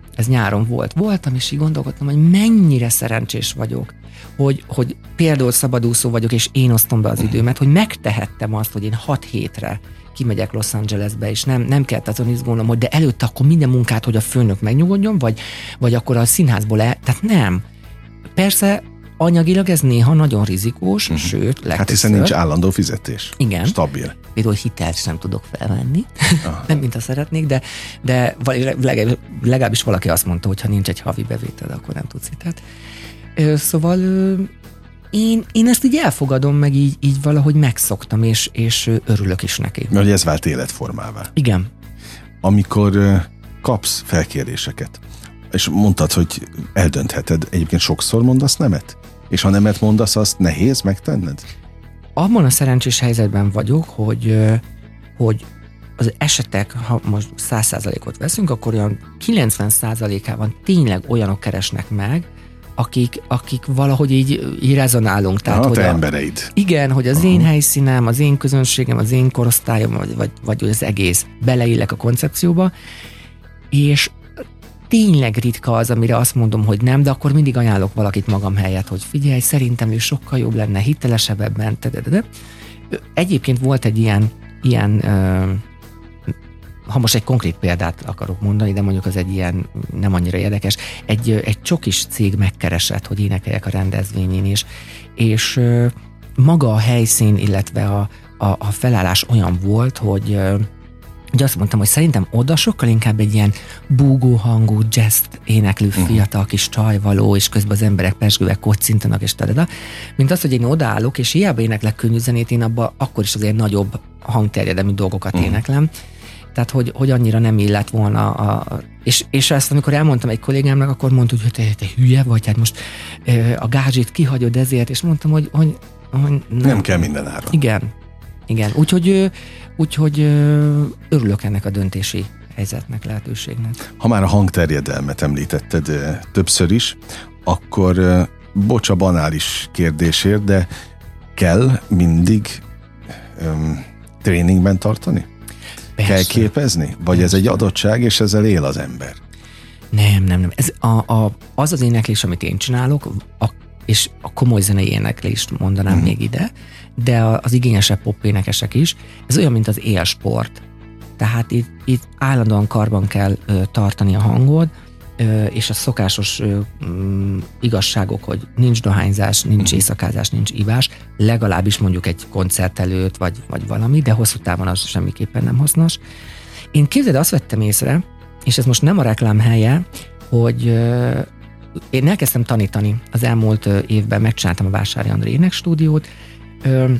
ez nyáron volt. Voltam, és így gondolkodtam, hogy mennyire szerencsés vagyok, hogy, hogy például szabadúszó vagyok, és én osztom be az időmet, hogy megtehettem azt, hogy én hat hétre kimegyek Los Angelesbe, és nem, nem kellett azon izgulnom, hogy de előtte akkor minden munkát, hogy a főnök megnyugodjon, vagy, vagy akkor a színházból el... Tehát nem. Persze anyagilag ez néha nagyon rizikós, uh-huh. sőt, legtöbbször. Hát hiszen nincs állandó fizetés. Igen. Stabil. Például hitelt sem tudok felvenni, nem mint ha szeretnék, de, de legalábbis valaki azt mondta, hogy ha nincs egy havi bevétel, akkor nem tudsz hitelt. Szóval én, én ezt így elfogadom, meg így, így valahogy megszoktam, és, és örülök is neki. Mert ez vált életformává. Igen. Amikor kapsz felkéréseket, és mondtad, hogy eldöntheted, egyébként sokszor mondasz nemet? És ha nemet mondasz, azt nehéz megtenned? Abban a szerencsés helyzetben vagyok, hogy, hogy az esetek, ha most száz százalékot veszünk, akkor olyan kilencven százalékában tényleg olyanok keresnek meg, akik, akik valahogy így, így rezonálunk. Tehát, ah, hogy te a, embereid. Igen, hogy az uh-huh. én helyszínem, az én közönségem, az én korosztályom, vagy, vagy, vagy az egész beleillek a koncepcióba, és tényleg ritka az, amire azt mondom, hogy nem, de akkor mindig ajánlok valakit magam helyett, hogy figyelj, szerintem ő sokkal jobb lenne, hitelesebb ebben. Egyébként volt egy ilyen, ilyen ha most egy konkrét példát akarok mondani, de mondjuk az egy ilyen nem annyira érdekes, egy, egy csokis cég megkeresett, hogy énekeljek a rendezvényén is, és maga a helyszín, illetve a, a, a felállás olyan volt, hogy Ugye azt mondtam, hogy szerintem oda sokkal inkább egy ilyen búgó hangú, jazz éneklő fiatal kis csajvaló, és közben az emberek pezsgővel kocintanak, és tadada, mint az, hogy én odaállok, és hiába éneklek könnyű zenét, én abban akkor is azért nagyobb hangterjedelmű dolgokat uh-huh. éneklem. Tehát, hogy, hogy annyira nem illett volna. A, és, és ezt, amikor elmondtam egy kollégámnak, akkor mondta, hogy te, te hülye vagy, hát most a gázsit kihagyod ezért, és mondtam, hogy, hogy, hogy nem. nem kell minden áron. Igen. Igen, úgyhogy, úgyhogy örülök ennek a döntési helyzetnek, lehetőségnek. Ha már a hangterjedelmet említetted többször is, akkor bocs a banális kérdésért, de kell mindig um, tréningben tartani? Persze. Kell képezni? Vagy Persze. ez egy adottság, és ezzel él az ember? Nem, nem, nem. Ez a, a, az az éneklés, amit én csinálok, a, és a komoly zenei éneklést mondanám hmm. még ide, de az igényesebb pop énekesek is, ez olyan, mint az élsport. Tehát itt, itt állandóan karban kell ö, tartani a hangod, ö, és a szokásos ö, m, igazságok, hogy nincs dohányzás, nincs éjszakázás, nincs ivás, legalábbis mondjuk egy koncert előtt, vagy, vagy valami, de hosszú távon az semmiképpen nem hasznos. Én képzeld, azt vettem észre, és ez most nem a reklám helye, hogy ö, én elkezdtem tanítani. Az elmúlt ö, évben megcsináltam a Vásári André énekstúdiót, Ö,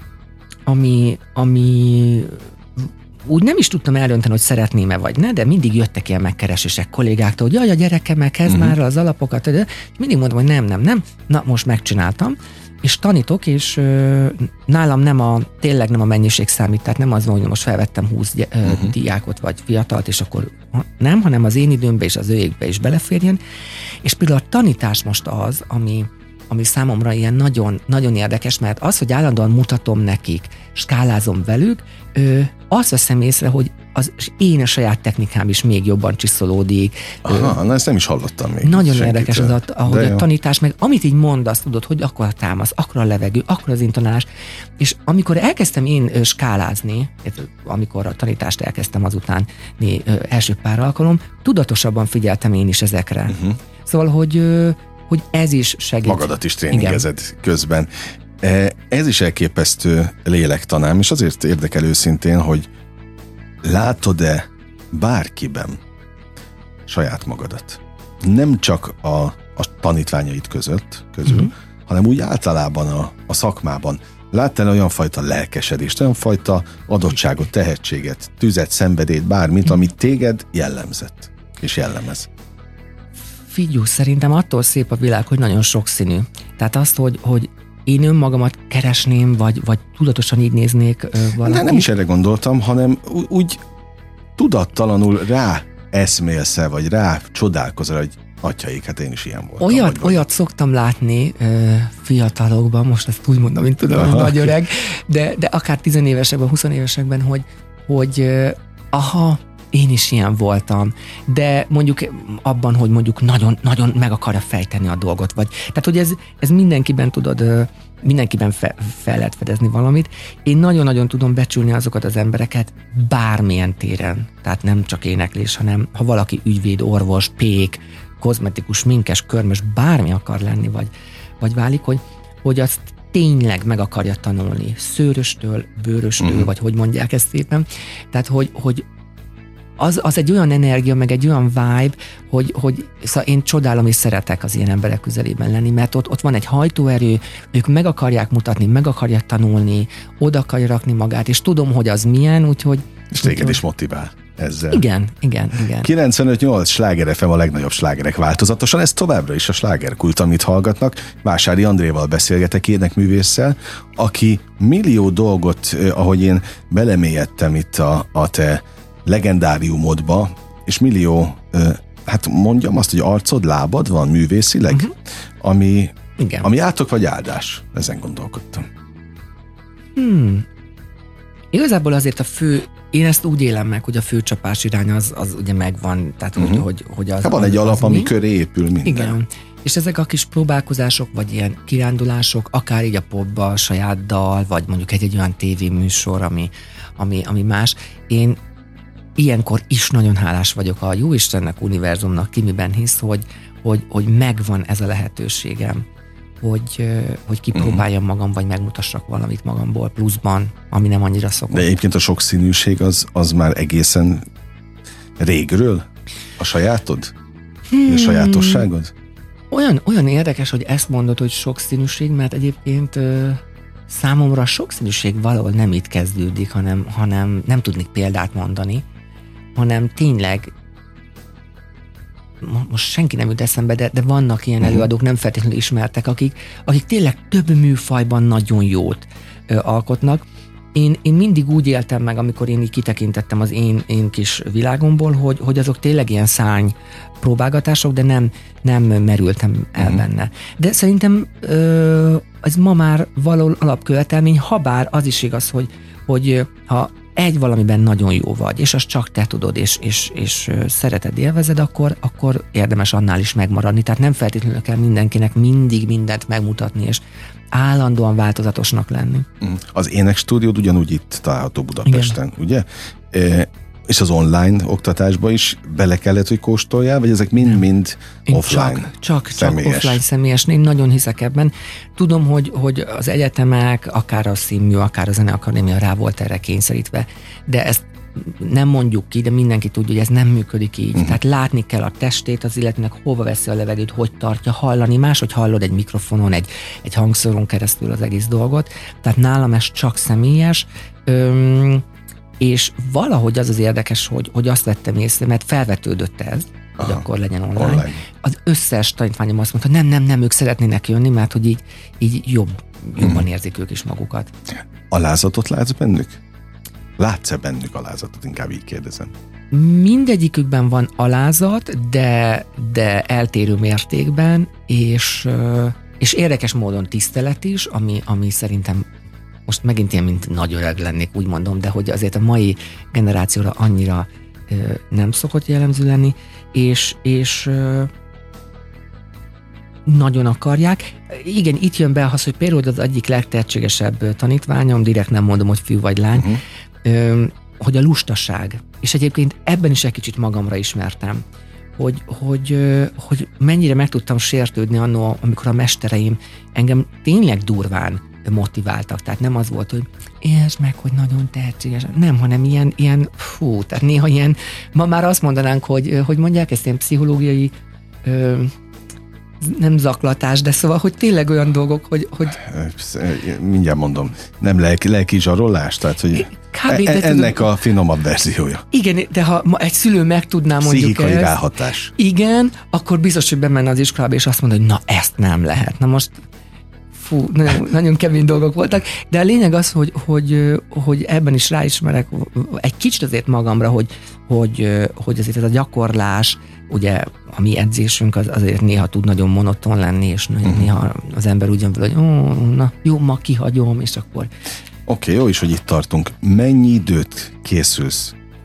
ami, ami úgy nem is tudtam eldönteni, hogy szeretném-e vagy ne, de mindig jöttek ilyen megkeresések kollégáktól, hogy jaj, a gyerekemmel kezd uh-huh. már az alapokat, de mindig mondom, hogy nem, nem, nem, na most megcsináltam, és tanítok, és ö, nálam nem a, tényleg nem a mennyiség számít, tehát nem az van, hogy most felvettem húsz gy- ö, uh-huh. diákot vagy fiatalt, és akkor nem, hanem az én időmbe és az őékbe is beleférjen, és például a tanítás most az, ami ami számomra ilyen nagyon, nagyon érdekes, mert az, hogy állandóan mutatom nekik, skálázom velük, ö, azt veszem észre, hogy az én a saját technikám is még jobban csiszolódik. Aha, na ezt nem is hallottam még. Nagyon érdekes az, ahogy a tanítás, meg amit így mondasz, tudod, hogy akkor a támasz, akkor a levegő, akkor az intonálás, és amikor elkezdtem én skálázni, amikor a tanítást elkezdtem azután né, ö, első pár alkalom, tudatosabban figyeltem én is ezekre. Uh-huh. Szóval, hogy ö, hogy ez is segít. Magadat is tréningezed Igen. közben. Ez is elképesztő lélektanám, és azért érdekel őszintén, hogy látod-e bárkiben saját magadat? Nem csak a, a tanítványaid között, közül, uh-huh. hanem úgy általában a, a szakmában. Láttál olyan fajta lelkesedést, olyan fajta adottságot, tehetséget, tüzet, szenvedélyt, bármit, uh-huh. amit téged jellemzett és jellemez? Figyú, szerintem attól szép a világ, hogy nagyon sokszínű. Tehát azt, hogy, hogy én önmagamat keresném, vagy, vagy tudatosan így néznék ö, valakit. Nem, nem is erre gondoltam, hanem úgy, úgy tudattalanul rá eszmélsz-e, vagy rá csodálkozol, hogy atyaik, hát én is ilyen voltam. Olyat, olyat szoktam látni ö, fiatalokban, most ezt úgy mondom, mint tudom, hogy nagy öreg, de, de akár tizenévesekben, huszonévesekben, hogy, hogy ö, aha, én is ilyen voltam, de mondjuk abban, hogy mondjuk nagyon, nagyon meg akarja fejteni a dolgot, vagy, tehát hogy ez, ez mindenkiben tudod, mindenkiben fe, fel lehet fedezni valamit. Én nagyon-nagyon tudom becsülni azokat az embereket bármilyen téren, tehát nem csak éneklés, hanem ha valaki ügyvéd, orvos, pék, kozmetikus, minkes, körmös, bármi akar lenni, vagy, vagy válik, hogy, hogy azt tényleg meg akarja tanulni. Szőröstől, bőröstől, uh-huh. vagy hogy mondják ezt szépen. Tehát, hogy, hogy az, az egy olyan energia, meg egy olyan vibe, hogy, hogy szóval én csodálom és szeretek az ilyen emberek közelében lenni, mert ott, ott van egy hajtóerő, ők meg akarják mutatni, meg akarják tanulni, oda akarja rakni magát, és tudom, hogy az milyen, úgyhogy... És téged is motivál ezzel. Igen, igen, igen. kilencvenöt nyolc Sláger ef em a legnagyobb slágerek változatosan, ez továbbra is a slágerkult, amit hallgatnak. Vásári Andréval beszélgetek, énekművésszel, aki millió dolgot, ahogy én belemélyedtem itt a, a te legendáriumodba, és millió, hát mondjam azt, hogy arcod, lábad van művészileg, uh-huh. ami, ami átok vagy áldás. Ezen gondolkodtam. Hmm. Igazából azért a fő, én ezt úgy élem meg, hogy a főcsapás irány az, az ugye megvan, tehát uh-huh. hogy, hogy, hogy az... Hát van az, egy az alap, mi? ami köré épül minden. Igen. És ezek a kis próbálkozások, vagy ilyen kirándulások, akár így a popba, saját dal, vagy mondjuk egy, egy olyan tévéműsor, ami, ami, ami más. Én ilyenkor is nagyon hálás vagyok a Jóistennek, univerzumnak, ki miben hisz, hogy, hogy, hogy megvan ez a lehetőségem, hogy, hogy kipróbáljam magam, vagy megmutassak valamit magamból pluszban, ami nem annyira szokott. De egyébként a sokszínűség az, az már egészen régről a sajátod? Hmm. A sajátosságod? Olyan, olyan érdekes, hogy ezt mondod, hogy sokszínűség, mert egyébként ö, számomra a sokszínűség valahol nem itt kezdődik, hanem, hanem nem tudnék példát mondani, hanem tényleg most senki nem jut eszembe, de, de vannak ilyen előadók, nem feltétlenül ismertek, akik, akik tényleg több műfajban nagyon jót ö, alkotnak. Én, én mindig úgy éltem meg, amikor én így kitekintettem az én, én kis világomból, hogy, hogy azok tényleg ilyen szárny próbálgatások, de nem, nem merültem el benne. De szerintem ö, ez ma már való alapkövetelmény, habár az is igaz, hogy, hogy ha egy valamiben nagyon jó vagy, és azt csak te tudod, és, és, és szereted, élvezed, akkor, akkor érdemes annál is megmaradni. Tehát nem feltétlenül kell mindenkinek mindig mindent megmutatni, és állandóan változatosnak lenni. Az énekstúdiód ugyanúgy itt található Budapesten, igen. Ugye? E, és az online oktatásba is bele kellett, hogy kóstoljál, vagy ezek mind-mind offline? Csak, csak, csak offline személyes. Én nagyon hiszek ebben. Tudom, hogy, hogy az egyetemek, akár a színmű, akár a Zeneakadémia rá volt erre kényszerítve, de ezt nem mondjuk ki, de mindenki tudja, hogy ez nem működik így. Uh-huh. Tehát látni kell a testét az illetőnek, hova veszi a levegőt, hogy tartja, hallani. Máshogy hallod egy mikrofonon, egy, egy hangszoron keresztül az egész dolgot. Tehát nálam ez csak személyes. Öm, és valahogy az az érdekes, hogy, hogy azt vettem észre, mert felvetődött ez, aha, hogy akkor legyen online. online. Az összes tanítványom azt mondta, hogy nem, nem, nem, ők szeretnének jönni, mert hogy így, így jobb, jobban hmm. érzik ők is magukat. Alázatot látsz bennük? Látsz-e bennük alázatot? Inkább így kérdezem. Mindegyikükben van alázat, de, de eltérő mértékben, és, és érdekes módon tisztelet is, ami, ami szerintem most megint ilyen, mint nagy öreg lennék, úgy mondom, de hogy azért a mai generációra annyira ö, nem szokott jellemző lenni, és, és ö, nagyon akarják. Igen, itt jön be az, hogy például az egyik legtehetségesebb tanítványom, direkt nem mondom, hogy fiú vagy lány, uh-huh. ö, hogy a lustaság. És egyébként ebben is egy kicsit magamra ismertem, hogy, hogy, ö, hogy mennyire meg tudtam sértődni annól, amikor a mestereim engem tényleg durván motiváltak. Tehát nem az volt, hogy értsd meg, hogy nagyon tehetséges. Nem, hanem ilyen, ilyen fú, tehát néha ilyen, ma már azt mondanánk, hogy, hogy mondják ezt ilyen pszichológiai ö, nem zaklatás, de szóval, hogy tényleg olyan dolgok, hogy... hogy mindjárt mondom, nem lelki, lelki zsarolás, tehát, hogy Kb, e, ennek tudom, a finomabb verziója. Igen, de ha ma egy szülő meg tudná mondjuk pszichikai ezt, ráhatás. Igen, akkor biztos, hogy bemenne az iskolába, és azt mondja, hogy na, ezt nem lehet. Na most fú, nagyon, nagyon kemény dolgok voltak, de a lényeg az, hogy, hogy, hogy ebben is ráismerek egy kicsit azért magamra, hogy, hogy, hogy azért ez a gyakorlás, ugye a mi edzésünk az azért néha tud nagyon monoton lenni, és uh-huh. néha az ember úgy jön vele, hogy ó, na jó, ma kihagyom, és akkor... Oké, okay, jó is, hogy itt tartunk. Mennyi időt készülsz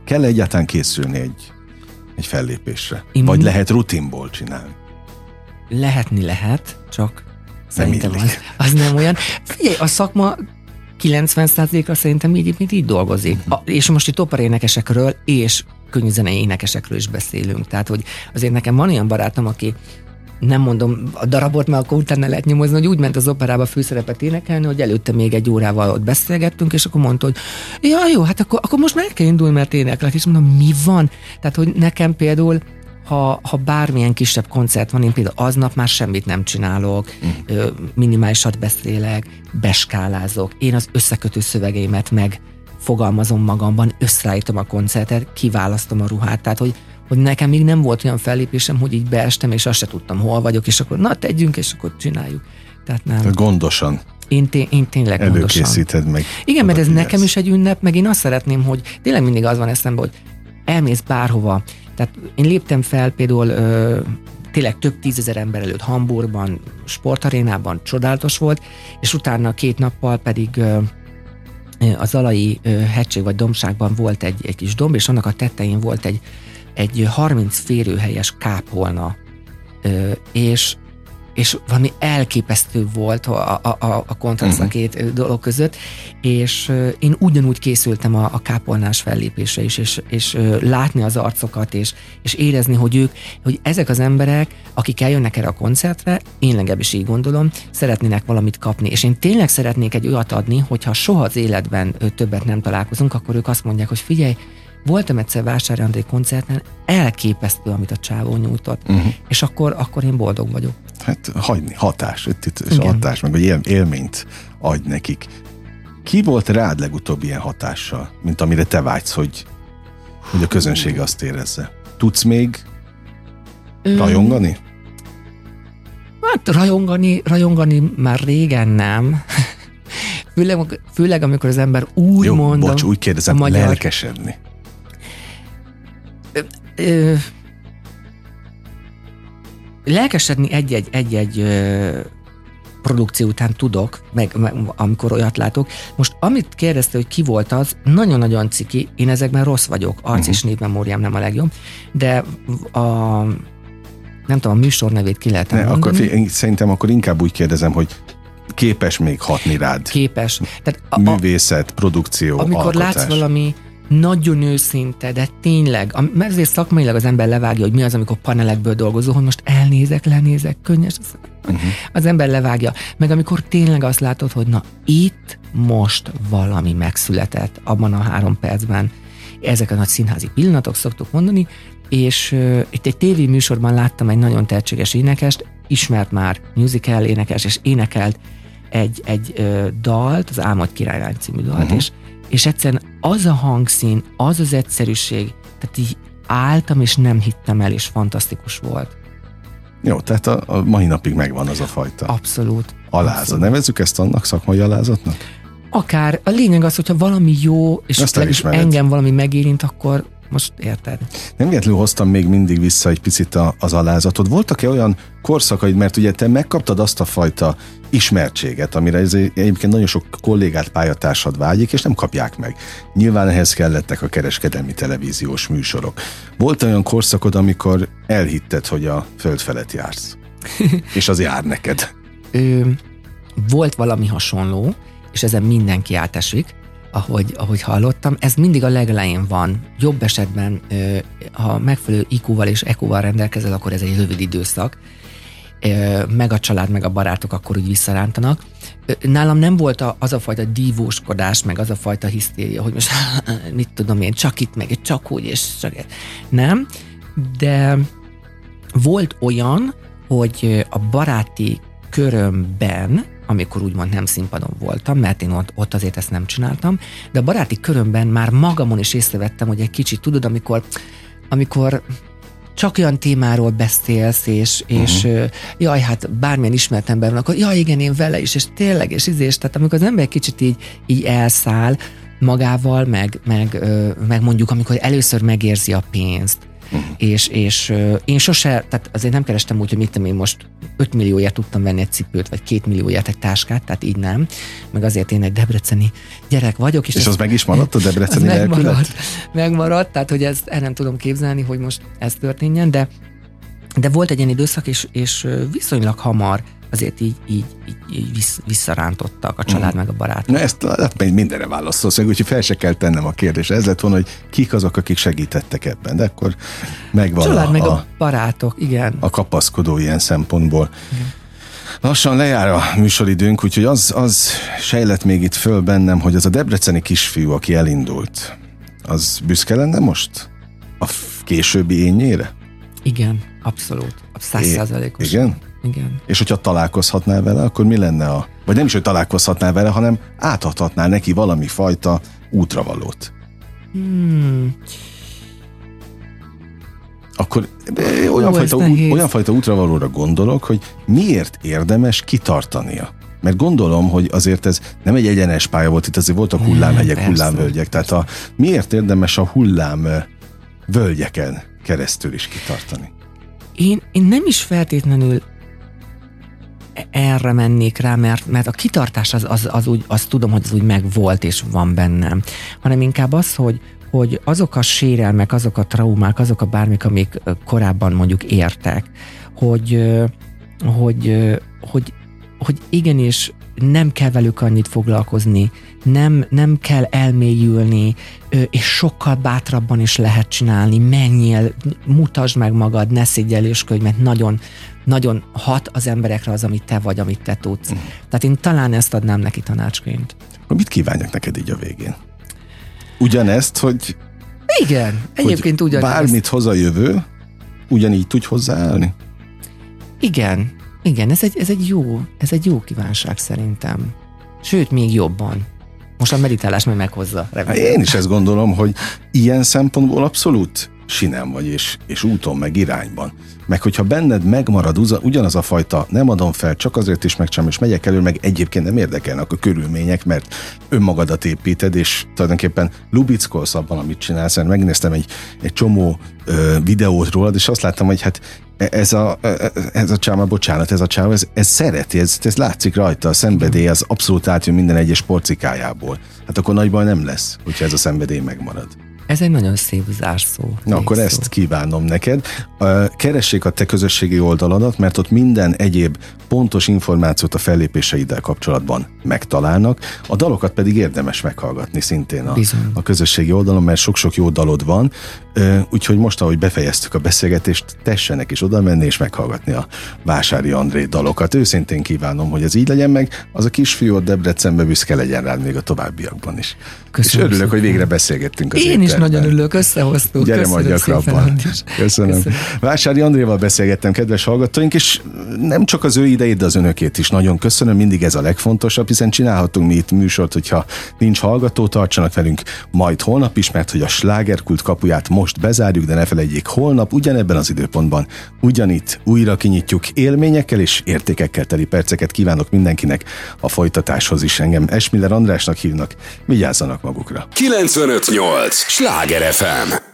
Kell egyáltalán készülni egy, egy fellépésre? Én Vagy mi... lehet rutinból csinálni? Lehetni lehet, csak szerintem illik. az, az nem olyan. Figyelj, a szakma kilencven százaléka szerintem így, így, így dolgozik. A, és most itt operaénekesekről és könnyűzenei énekesekről is beszélünk. Tehát, hogy azért nekem van olyan barátom, aki nem mondom a darabot, mert akkor utána lehet nyomozni, hogy úgy ment az operába főszerepet énekelni, hogy előtte még egy órával ott beszélgettünk, és akkor mondta, hogy ja, jó, hát akkor, akkor most már kell indulni, mert éneklek. És mondom, mi van? Tehát, hogy nekem például Ha, ha bármilyen kisebb koncert van, én például aznap már semmit nem csinálok, mm. minimálisat beszélek, beskálázok, én az összekötő szövegeimet megfogalmazom magamban, összeállítom a koncertet, kiválasztom a ruhát, tehát hogy, hogy nekem még nem volt olyan fellépésem, hogy így beestem, és azt se tudtam, hol vagyok, és akkor na, tegyünk, és akkor csináljuk. Tehát nem. Tehát gondosan. Én, té- én tényleg gondosan. Előkészíted meg. Igen, mert ez nekem is egy ünnep, meg én azt szeretném, hogy tényleg mindig az van eszembe, hogy elmész bárhova. Tehát én léptem fel például ö, tényleg több tízezer ember előtt Hamburgban, sportarénában, csodálatos volt, és utána két nappal pedig ö, a Zalai ö, hegység vagy dombságban volt egy, egy kis domb, és annak a tetején volt egy, egy harminc férőhelyes kápolna, ö, és és valami elképesztő volt a, a, a, a kontraszt a két dolog között, és uh, én ugyanúgy készültem a, a kápolnás fellépésre is, és, és uh, látni az arcokat, és, és érezni, hogy ők, hogy ezek az emberek, akik eljönnek erre a koncertre, én legalábbis így gondolom, szeretnének valamit kapni, és én tényleg szeretnék egy olyat adni, hogyha soha az életben uh, többet nem találkozunk, akkor ők azt mondják, hogy figyelj, voltam egyszer Vásári André koncerten, elképesztő, amit a csávó nyújtott, uh-huh. és akkor, akkor én boldog vagyok. Hát hagyni, hatás, és hatás, meg él, élményt adj nekik. Ki volt rád legutóbb ilyen hatással, mint amire te vágysz, hogy, hogy a közönség azt érezze? Tudsz még Ö... rajongani? Hát rajongani, rajongani már régen nem. Főleg, főleg amikor az ember úgy Jó, mondom... bocs, úgy kérdezem, magyar... lelkesedni. Ö, ö, lelkesedni egy-egy, egy-egy ö, produkció után tudok, meg, meg amikor olyat látok. Most amit kérdezte, hogy ki volt az, nagyon-nagyon ciki, én ezekben rossz vagyok, arc uh-huh. és névmemóriám nem a legjobb, de a nem tudom, a műsor nevét ki lehet mondani. Akkor, én szerintem akkor inkább úgy kérdezem, hogy képes még hatni rád? Képes. Tehát a, művészet, produkció, amikor alkotás. Látsz valami nagyon őszinte, de tényleg, mert azért szakmailag az ember levágja, hogy mi az, amikor panelekből dolgozol, hogy most elnézek, lenézek, könnyes, uh-huh. az ember levágja. Meg amikor tényleg azt látod, hogy na itt most valami megszületett abban a három percben. Ezek a nagy színházi pillanatok, szoktuk mondani, és uh, itt egy tévéműsorban láttam egy nagyon tehetséges énekest, ismert már musical énekes, és énekelt egy, egy uh, dalt, az Álmod királylány című dalt, uh-huh. és és egyszerűen az a hangszín, az az egyszerűség, tehát így álltam, és nem hittem el, és fantasztikus volt. Jó, tehát a, a mai napig megvan az a fajta. Abszolút. Alázat. Abszolút. Nevezzük ezt annak, szakmai alázatnak? Akár. A lényeg az, hogyha valami jó, és engem valami megérint, akkor most érted. Nem véletlenül hoztam még mindig vissza egy picit a, az alázatot. Voltak-e olyan korszakaid, mert ugye te megkaptad azt a fajta ismertséget, amire ez egyébként nagyon sok kollégát, pályatársad vágyik, és nem kapják meg. Nyilván ehhez kellettek a kereskedelmi televíziós műsorok. Volt olyan korszakod, amikor elhitted, hogy a föld felett jársz? És az jár neked? Ö, volt valami hasonló, és ezen mindenki átesik, ahogy, ahogy hallottam. Ez mindig a legelején van. Jobb esetben, ha megfelelő í kúval és é kúval rendelkezel, akkor ez egy rövid időszak. Meg a család, meg a barátok akkor úgy visszarántanak. Nálam nem volt az a fajta dívóskodás, meg az a fajta hisztéria, hogy most mit tudom én, csak itt, meg csak úgy, és csak... Nem, de volt olyan, hogy a baráti körömben, amikor úgymond nem színpadon voltam, mert én ott, ott azért ezt nem csináltam, de a baráti körömben már magamon is észrevettem, hogy egy kicsit, tudod, amikor, amikor csak olyan témáról beszélsz, és, uh-huh. és jaj, hát bármilyen ismert ember van, akkor jaj, igen, én vele is, és tényleg, és ízés, tehát amikor az ember kicsit így, így elszáll magával, meg, meg, meg mondjuk, amikor először megérzi a pénzt, Uh-huh. És, és uh, én sose, tehát azért nem kerestem úgy, hogy mit tudom én most öt millióért tudtam venni egy cipőt, vagy két millióért egy táskát, tehát így nem. Meg azért én egy debreceni gyerek vagyok. És, és ez, az meg is maradt a debreceni lelkület? Megmaradt, megmaradt, tehát hogy ezt el nem tudom képzelni, hogy most ez történjen, de, de volt egy ilyen időszak, és, és viszonylag hamar azért így, így, így, így vissz, visszarántottak a család mm. meg a barátok. Na ezt hát mindenre válaszolsz, úgyhogy fel se kell tennem a kérdést. Ez lett volna, hogy kik azok, akik segítettek ebben, de akkor megvan család a, meg a, a barátok, igen. A kapaszkodó ilyen szempontból. Igen. Lassan lejár a műsoridőnk, úgyhogy az, az sejlett még itt föl bennem, hogy az a debreceni kisfiú, aki elindult, az büszke lenne most a későbbi énnyére? Igen, abszolút. Száz százalékos. Igen? Igen. És hogyha találkozhatnál vele, akkor mi lenne a... Vagy nem is, hogy találkozhatnál vele, hanem átadhatnál neki valami fajta útravalót. Hmm. Akkor olyan, Ó, fajta, út, olyan fajta útravalóra gondolok, hogy miért érdemes kitartania. Mert gondolom, hogy azért ez nem egy egyenes pálya volt, itt azért voltak hullámhegyek, persze, hullámvölgyek. Tehát a, miért érdemes a hullám völgyeken keresztül is kitartani? Én, én nem is feltétlenül erre mennék rá, mert, mert a kitartás az, az, az úgy, azt tudom, hogy az úgy megvolt és van bennem, hanem inkább az, hogy, hogy azok a sérelmek, azok a traumák, azok a bármik, amik korábban mondjuk értek, hogy, hogy, hogy, hogy igenis nem kell velük annyit foglalkozni, nem, nem kell elmélyülni, és sokkal bátrabban is lehet csinálni, menjél, mutasd meg magad, ne szégyellősködj, mert nagyon, nagyon hat az emberekre az, amit te vagy, amit te tudsz. Mm. Tehát én talán ezt adnám neki tanácsként. Mit kívánjak neked így a végén? Ugyanezt, hogy... Igen, egyébként hogy ugyanezt. Bármit hoz a jövő, ugyanígy tudj hozzáállni? Igen, igen, ez egy, ez egy jó, ez egy jó kívánság szerintem. Sőt, még jobban. Most a meditálás majd meghozza. Remélem. Én is ezt gondolom, hogy ilyen szempontból abszolút sinem vagy, és, és úton, meg irányban. Meg hogyha benned megmarad ugyanaz a fajta, nem adom fel, csak azért is megcsinálom, és megyek elő, meg egyébként nem érdekelnek a körülmények, mert önmagadat építed, és tulajdonképpen lubickolsz abban, amit csinálsz. Mert megnéztem egy, egy csomó ö, videót rólad, és azt láttam, hogy hát ez a, ez a csáma, bocsánat, ez a csáma, ez, ez szereti, ez, ez látszik rajta, a szenvedély az abszolút átjön minden egyes porcikájából. Hát akkor nagy baj nem lesz, hogyha ez a szenvedély megmarad. Ez egy nagyon szép zárszó. Na, akkor ezt kívánom neked. Keressék a te közösségi oldaladat, mert ott minden egyéb pontos információt a fellépéseiddel kapcsolatban megtalálnak. A dalokat pedig érdemes meghallgatni szintén a, a közösségi oldalon, mert sok-sok jó dalod van. Úgyhogy most, ahogy befejeztük a beszélgetést, tessenek is oda menni és meghallgatni a Vásári André dalokat. Őszintén kívánom, hogy ez így legyen meg. Az a kisfiú ott Debrecenbe büszke legyen rád még a továbbiakban is. Köszönöm, és örülök, szépen, hogy végre beszélgettünk az Én is nagyon örülök, összehoztuk. Gyere majd gyakrabban. Köszönöm. Köszönöm. Vásári Andréval beszélgettem, kedves hallgatóink, és nem csak az ő idejét, de az önökét is nagyon köszönöm. Mindig ez a legfontosabb, hiszen csinálhatunk mi itt műsort, hogyha nincs hallgató, tartsanak velünk majd holnap is, mert hogy a slágerkult kapuját most bezárjuk, de ne felejtjék, holnap ugyanebben az időpontban ugyanitt újra kinyitjuk. Élményekkel és értékekkel teli perceket kívánok mindenkinek a folytatáshoz is. Engem Esmiller Andrásnak hívnak, vigyázzanak magukra. kilencvenöt nyolc Sláger ef em